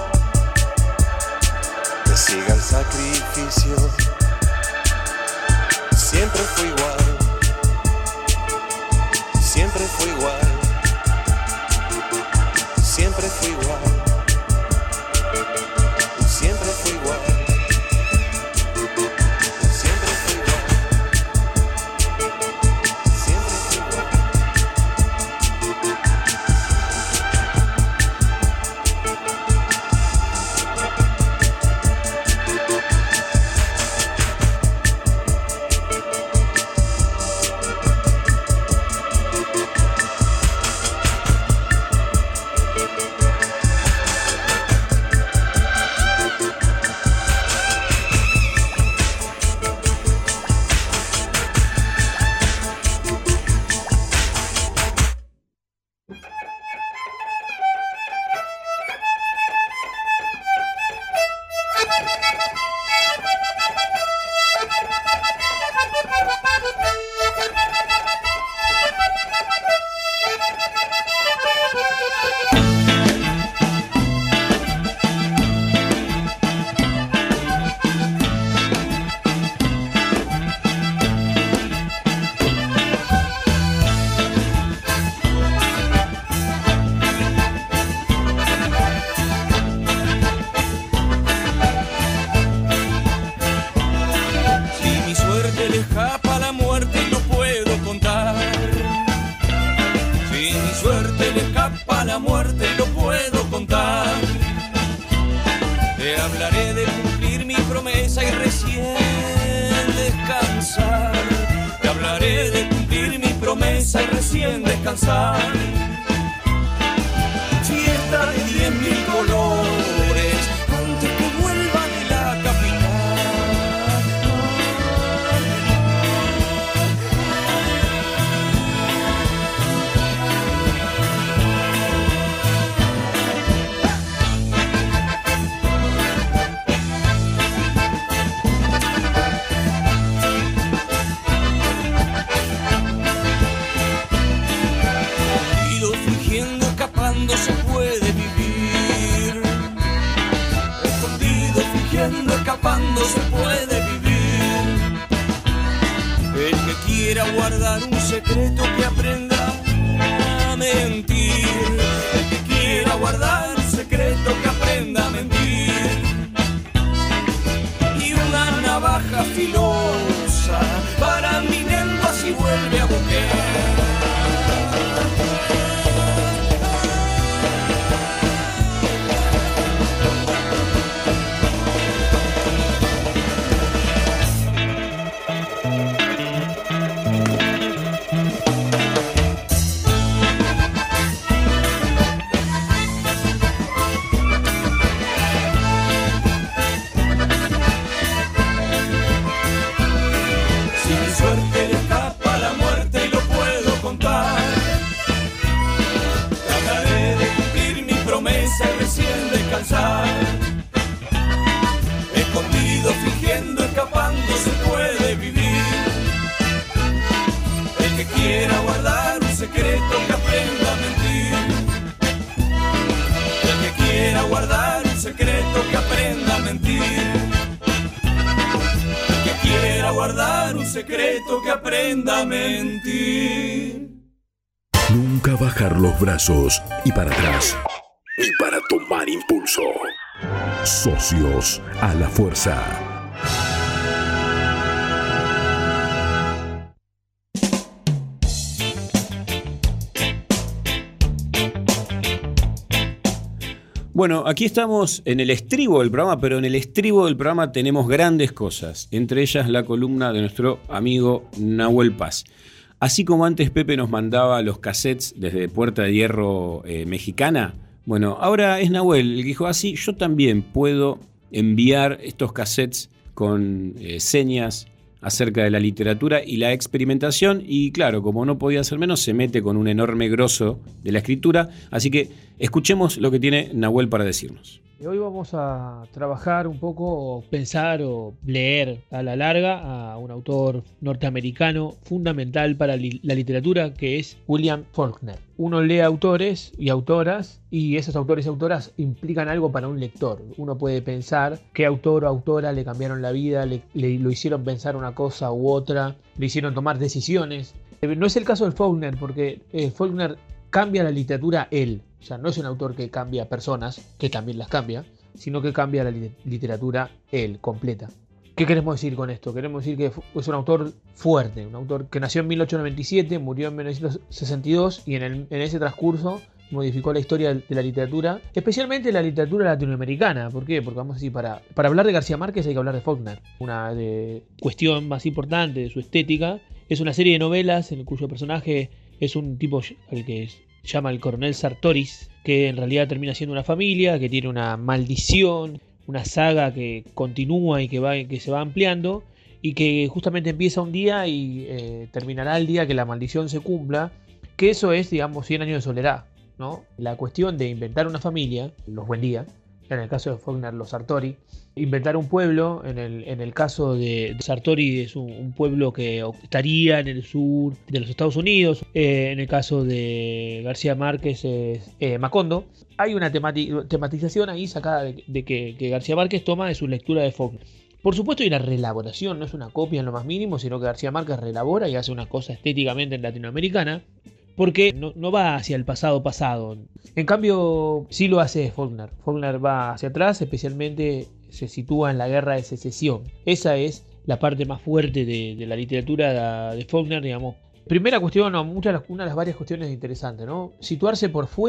Speaker 14: que siga el sacrificio. Siempre fue igual, siempre fue igual, siempre fue igual, siempre fue igual.
Speaker 15: hablaré de cumplir mi promesa y recién descansar. Te hablaré de cumplir mi promesa y recién descansar. Fiesta de diez mil colores antes que vuelva de la capital. Ido fingiendo, escapando se puede vivir. Escondido, fingiendo, escapando se puede vivir. El que quiera guardar un secreto que aprenda a mentir. El que quiera guardar un secreto que aprenda a mentir. Y una navaja filosa para mi lengua si vuelve a boquear. Si mi suerte le escapa la muerte y lo puedo contar, trataré de cumplir mi promesa y recién descansar. Escondido, fingiendo, escapando se puede vivir. El que quiera guardar un secreto que aprenda a mentir. El que quiera guardar un secreto que aprenda a mentir. El que quiera guardar un secreto que aprenda a mentir.
Speaker 1: Nunca bajar los brazos y para atrás, ni para tomar impulso. Socios a la fuerza.
Speaker 2: Bueno, aquí estamos en el estribo del programa, pero en el estribo del programa tenemos grandes cosas, entre ellas la columna de nuestro amigo Nahuel Paz. Así como antes Pepe nos mandaba los cassettes desde Puerta de Hierro eh, mexicana, bueno, ahora es Nahuel el que dijo así, yo también puedo enviar estos cassettes con eh, señas acerca de la literatura y la experimentación, y claro, como no podía ser menos, se mete con un enorme grosso de la escritura, así que escuchemos lo que tiene Nahuel para decirnos.
Speaker 16: Hoy vamos a trabajar un poco, o pensar o leer a la larga a un autor norteamericano fundamental para li- la literatura, que es William Faulkner. Uno lee autores y autoras y esos autores y autoras implican algo para un lector. Uno puede pensar qué autor o autora le cambiaron la vida, le, le lo hicieron pensar una cosa u otra, le hicieron tomar decisiones. No es el caso de Faulkner, porque eh, Faulkner cambia la literatura él. O sea, no es un autor que cambia personas, que también las cambia, sino que cambia la li- literatura él, completa. ¿Qué queremos decir con esto? Queremos decir que es un autor fuerte, un autor que nació en mil ochocientos noventa y siete, murió en mil novecientos sesenta y dos y en, el, en ese transcurso modificó la historia de la literatura, especialmente la literatura latinoamericana. ¿Por qué? Porque vamos a decir, para, para hablar de García Márquez hay que hablar de Faulkner. Una de, cuestión más importante de su estética es una serie de novelas en cuyo personaje es un tipo al que llama el coronel Sartoris, que en realidad termina siendo una familia, que tiene una maldición, una saga que continúa y que, va, que se va ampliando, y que justamente empieza un día y eh, terminará el día que la maldición se cumpla, que eso es, digamos, cien años de soledad, ¿no? La cuestión de inventar una familia, los Buendía, en el caso de Faulkner, los Sartori, inventar un pueblo, en el, en el caso de, de Sartori es un, un pueblo que estaría en el sur de los Estados Unidos, eh, en el caso de García Márquez es eh, Macondo. Hay una temati- tematización ahí sacada de, de que, que García Márquez toma de su lectura de Faulkner. Por supuesto hay una reelaboración, no es una copia en lo más mínimo, sino que García Márquez reelabora y hace una cosa estéticamente latinoamericana, porque no, no va hacia el pasado pasado. En cambio, sí lo hace Faulkner. Faulkner va hacia atrás, especialmente se sitúa en la Guerra de Secesión. Esa es la parte más fuerte de, de la literatura de Faulkner, digamos. Primera cuestión, no, muchas, una de las varias cuestiones interesantes, ¿no? Situarse por fuera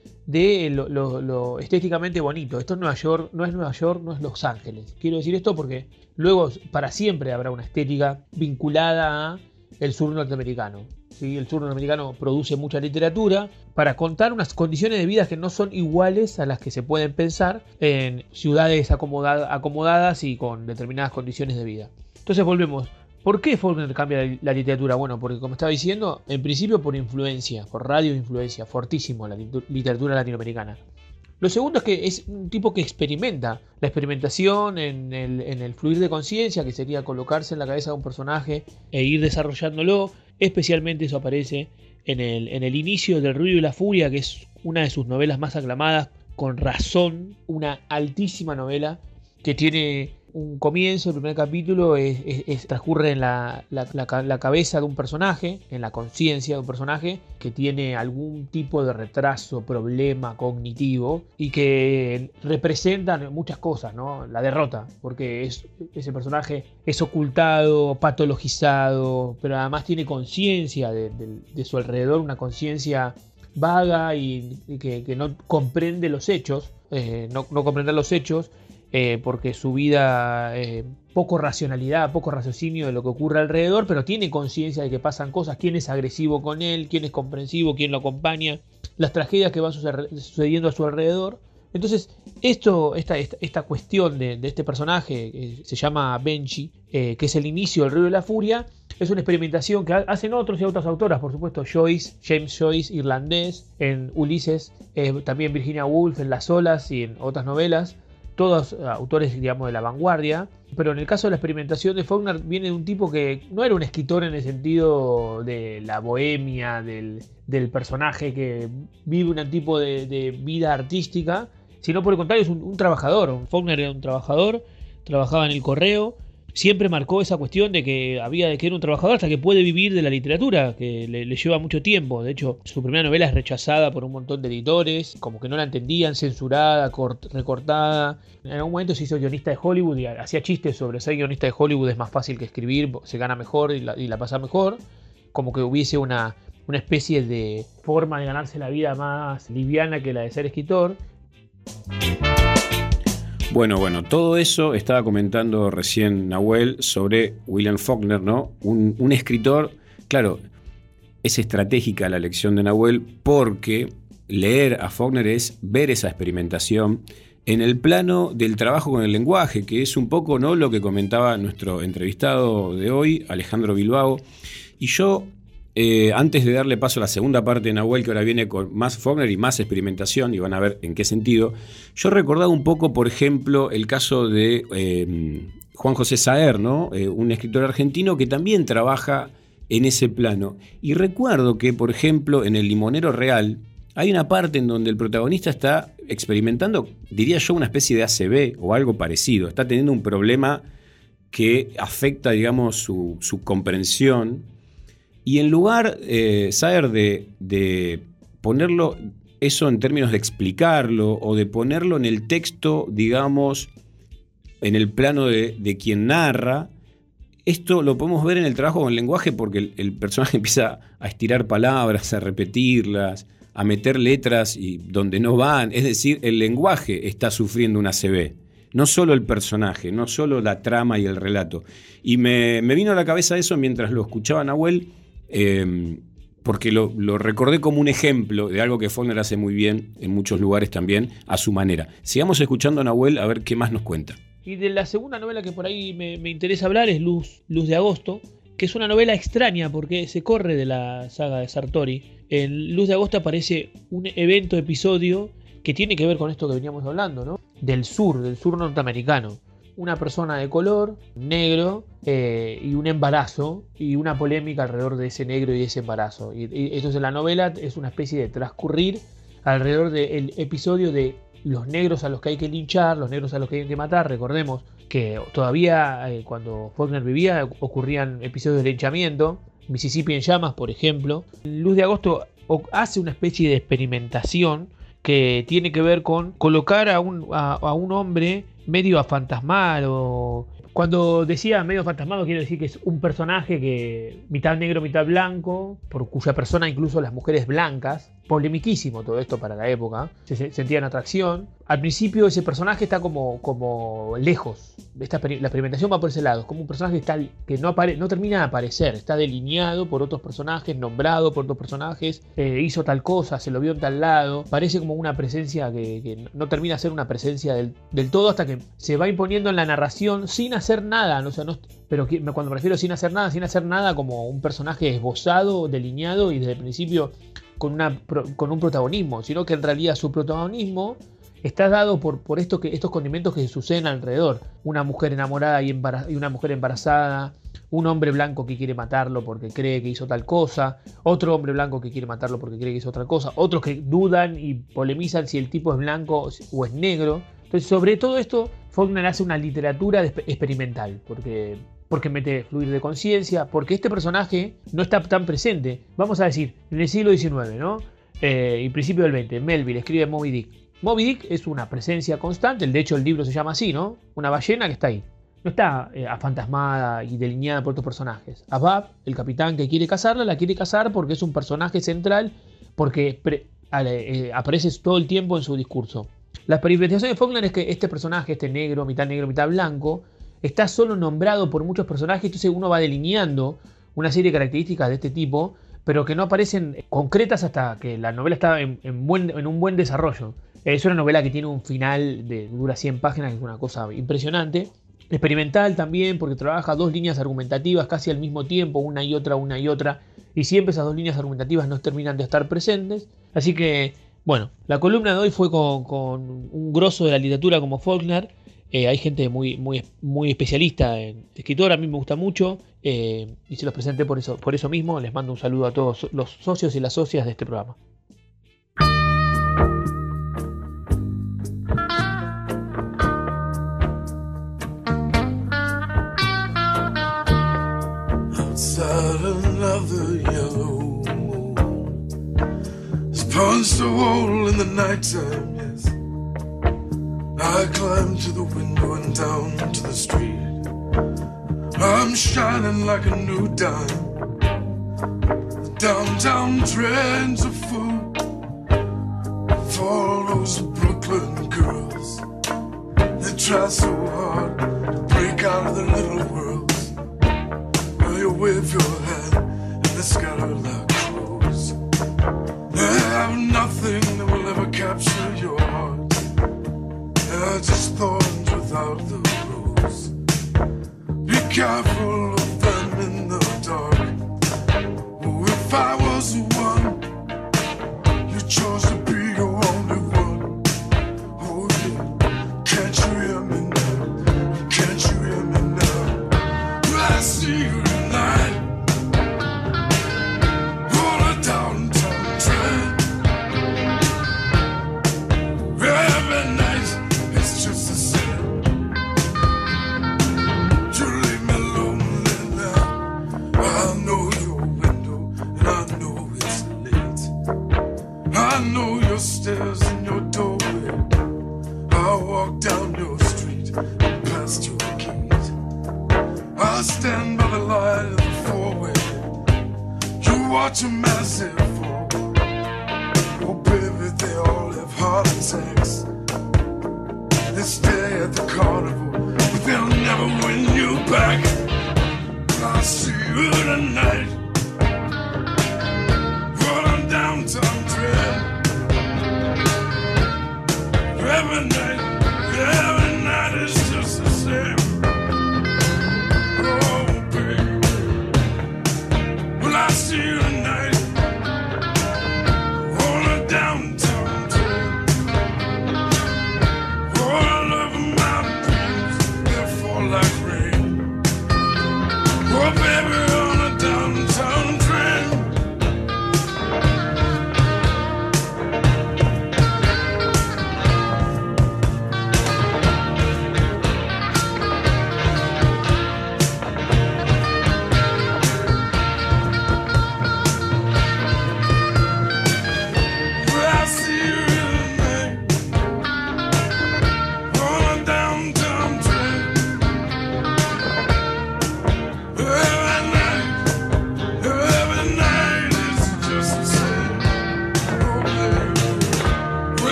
Speaker 16: de lo, lo, lo estéticamente bonito. Esto es Nueva York, no es Nueva York, no es Los Ángeles. Quiero decir esto porque luego para siempre habrá una estética vinculada a el sur norteamericano. ¿Sí? El sur norteamericano produce mucha literatura para contar unas condiciones de vida que no son iguales a las que se pueden pensar en ciudades acomodada, acomodadas y con determinadas condiciones de vida. Entonces volvemos. ¿Por qué Faulkner cambia la literatura? Bueno, porque como estaba diciendo, en principio por influencia, por radio influencia, fortísimo la literatura latinoamericana. Lo segundo es que es un tipo que experimenta. La experimentación en el, en el fluir de conciencia, que sería colocarse en la cabeza de un personaje e ir desarrollándolo. Especialmente eso aparece en el, en el inicio del Ruido y la Furia, que es una de sus novelas más aclamadas, con razón, una altísima novela que tiene un comienzo. El primer capítulo es, es, es, transcurre en la, la, la, la cabeza de un personaje, en la conciencia de un personaje que tiene algún tipo de retraso, problema cognitivo y que representa muchas cosas, ¿no? La derrota, porque es, ese personaje es ocultado, patologizado, pero además tiene conciencia de, de, de su alrededor, una conciencia vaga y, y que, que no comprende los hechos, eh, no, no comprender los hechos. Eh, porque su vida, eh, poco racionalidad, poco raciocinio de lo que ocurre alrededor, pero tiene conciencia de que pasan cosas, quién es agresivo con él, quién es comprensivo, quién lo acompaña, las tragedias que van sucediendo a su alrededor. Entonces, esto, esta, esta, esta cuestión de, de este personaje, que se llama Benji, eh, que es el inicio del Ruido y la Furia, es una experimentación que hacen otros y otras autoras, por supuesto, Joyce, James Joyce, irlandés, en Ulises, eh, también Virginia Woolf en Las Olas y en otras novelas. Todos autores, digamos, de la vanguardia, pero en el caso de la experimentación de Faulkner viene de un tipo que no era un escritor en el sentido de la bohemia, del, del personaje que vive un tipo de, de vida artística, sino por el contrario es un, un trabajador. Faulkner era un trabajador, trabajaba en el correo, siempre marcó esa cuestión de que había de que era un trabajador hasta que puede vivir de la literatura, que le, le lleva mucho tiempo. De hecho, su primera novela es rechazada por un montón de editores, como que no la entendían, censurada, cort, recortada. En algún momento se hizo guionista de Hollywood y hacía chistes sobre ser guionista de Hollywood es más fácil que escribir, se gana mejor y la, y la pasa mejor. Como que hubiese una, una especie de forma de ganarse la vida más liviana que la de ser escritor.
Speaker 2: Bueno, bueno, todo eso estaba comentando recién Nahuel sobre William Faulkner, ¿no? Un, un escritor, claro, es estratégica la elección de Nahuel porque leer a Faulkner es ver esa experimentación en el plano del trabajo con el lenguaje, que es un poco, ¿no?, lo que comentaba nuestro entrevistado de hoy, Alejandro Bilbao. Y yo, eh, antes de darle paso a la segunda parte de Nahuel, que ahora viene con más Faulkner y más experimentación, y van a ver en qué sentido, yo recordaba un poco, por ejemplo, el caso de eh, Juan José Saer, ¿no? Eh, un escritor argentino que también trabaja en ese plano. Y recuerdo que, por ejemplo, en El Limonero Real, hay una parte en donde el protagonista está experimentando, diría yo, una especie de A C V o algo parecido. Está teniendo un problema que afecta, digamos, su, su comprensión. Y en lugar, eh, Saer, de, de ponerlo eso en términos de explicarlo o de ponerlo en el texto, digamos, en el plano de, de quien narra, esto lo podemos ver en el trabajo con el lenguaje porque el, el personaje empieza a estirar palabras, a repetirlas, a meter letras y donde no van. Es decir, el lenguaje está sufriendo una A C V. No solo el personaje, no solo la trama y el relato. Y me, me vino a la cabeza eso mientras lo escuchaba Nahuel, eh, porque lo, lo recordé como un ejemplo de algo que Faulkner hace muy bien en muchos lugares también, a su manera. Sigamos escuchando a Nahuel a ver qué más nos cuenta.
Speaker 16: Y de la segunda novela que por ahí me, me interesa hablar es Luz, Luz de Agosto, que es una novela extraña porque se corre de la saga de Sartori. En Luz de Agosto aparece un evento, episodio, que tiene que ver con esto que veníamos hablando, ¿no? Del sur, del sur norteamericano. Una persona de color, negro, eh, y un embarazo, y una polémica alrededor de ese negro y ese embarazo. Y, y entonces la novela es una especie de transcurrir alrededor del episodio de los negros a los que hay que linchar, los negros a los que hay que matar. Recordemos que todavía eh, cuando Faulkner vivía ocurrían episodios de linchamiento. Mississippi en llamas, por ejemplo. Luz de Agosto hace una especie de experimentación que tiene que ver con colocar a un, a, a un hombre medio afantasmado. Cuando decía medio fantasmado, quiero decir que es un personaje que mitad negro, mitad blanco, por cuya persona incluso las mujeres blancas, polemiquísimo todo esto para la época, se sentían atracción. Al principio ese personaje está como, como lejos, esta, la experimentación va por ese lado, es como un personaje que, está, que no, apare, no termina de aparecer, está delineado por otros personajes, nombrado por otros personajes, eh, hizo tal cosa, se lo vio en tal lado, parece como una presencia que, que no termina de ser una presencia del, del todo hasta que se va imponiendo en la narración sin hacer nada, no, o sea, no, pero que, cuando me refiero sin hacer nada, sin hacer nada como un personaje esbozado, delineado y desde el principio con, una, con un protagonismo, sino que en realidad su protagonismo está dado por, por esto que, estos condimentos que suceden alrededor. Una mujer enamorada y, embaraz y una mujer embarazada, un hombre blanco que quiere matarlo porque cree que hizo tal cosa, otro hombre blanco que quiere matarlo porque cree que hizo otra cosa, otros que dudan y polemizan si el tipo es blanco o es negro. Entonces, sobre todo esto, Faulkner hace una literatura experimental, porque, porque mete fluir de conciencia, porque este personaje no está tan presente. Vamos a decir, en el siglo diecinueve, ¿no? Eh, y principio del veinte, Melville escribe Moby Dick. Moby Dick es una presencia constante, de hecho el libro se llama así, ¿no? Una ballena que está ahí. No está eh, afantasmada y delineada por otros personajes. Ahbab, el capitán que quiere cazarla, la quiere cazar porque es un personaje central, porque pre, eh, aparece todo el tiempo en su discurso. La experimentación de Faulkner es que este personaje, este negro, mitad negro, mitad blanco, está solo nombrado por muchos personajes, entonces uno va delineando una serie de características de este tipo, pero que no aparecen concretas hasta que la novela está en, en, buen, en un buen desarrollo. Es una novela que tiene un final de dura cien páginas, que es una cosa impresionante. Experimental también, porque trabaja dos líneas argumentativas casi al mismo tiempo, una y otra, una y otra, y siempre esas dos líneas argumentativas no terminan de estar presentes. Así que, bueno, la columna de hoy fue con, con un grosso de la literatura como Faulkner. Eh, hay gente muy, muy, muy especialista en escritor, a mí me gusta mucho, eh, y se los presenté por eso, por eso mismo. Les mando un saludo a todos los socios y las socias de este programa.
Speaker 6: Outside another yellow moon has punched a hole in the nighttime, yes. I climb to the window and down to the street. I'm shining like a new dime. The downtown trends are full for those Brooklyn girls. They try so hard to break out of their little worlds. Well, you wave your hand and they scatter like crows. They have nothing that will ever capture your heart. They're just thorns without the rose. Be careful of them in the dark. Oh, if I was the one, you chose to be your only one. Oh yeah, can't you hear me now? Can't you hear me now? Well, I see you tonight on a downtown train. Every night it's just the same. You leave me lonely now. I know your window and I know it's late. I know your stairs and your doorway. I walk down your street and past your gate. I stand by the light of the four-way. You watch them as they fall. Oh baby, they all have heart attacks. They stay at the carnival, but they'll never win you back. I'll see you tonight on a downtown train. Every night, every night is just the same. Oh baby, well I see you tonight on a downtown train. Oh, I love my dreams, they fall like rain.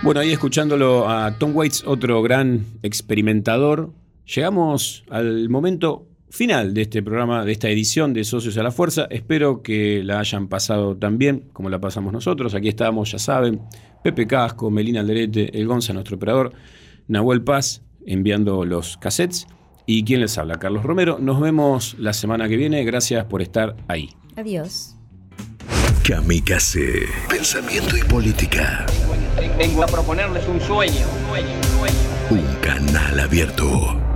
Speaker 2: Bueno, ahí escuchándolo a Tom Waits, otro gran experimentador, llegamos al momento final de este programa, de esta edición de Socios a la Fuerza. Espero que la hayan pasado tan bien como la pasamos nosotros. Aquí estábamos, ya saben, Pepe Casco, Melina Alderete, El Gonza, nuestro operador, Nahuel Paz, enviando los cassettes. Y quien les habla, Carlos Romero. Nos vemos la semana que viene. Gracias por estar ahí.
Speaker 5: Adiós.
Speaker 1: Kamikaze. Pensamiento y política.
Speaker 3: Vengo a proponerles un sueño. Un sueño, un sueño.
Speaker 1: Un canal abierto.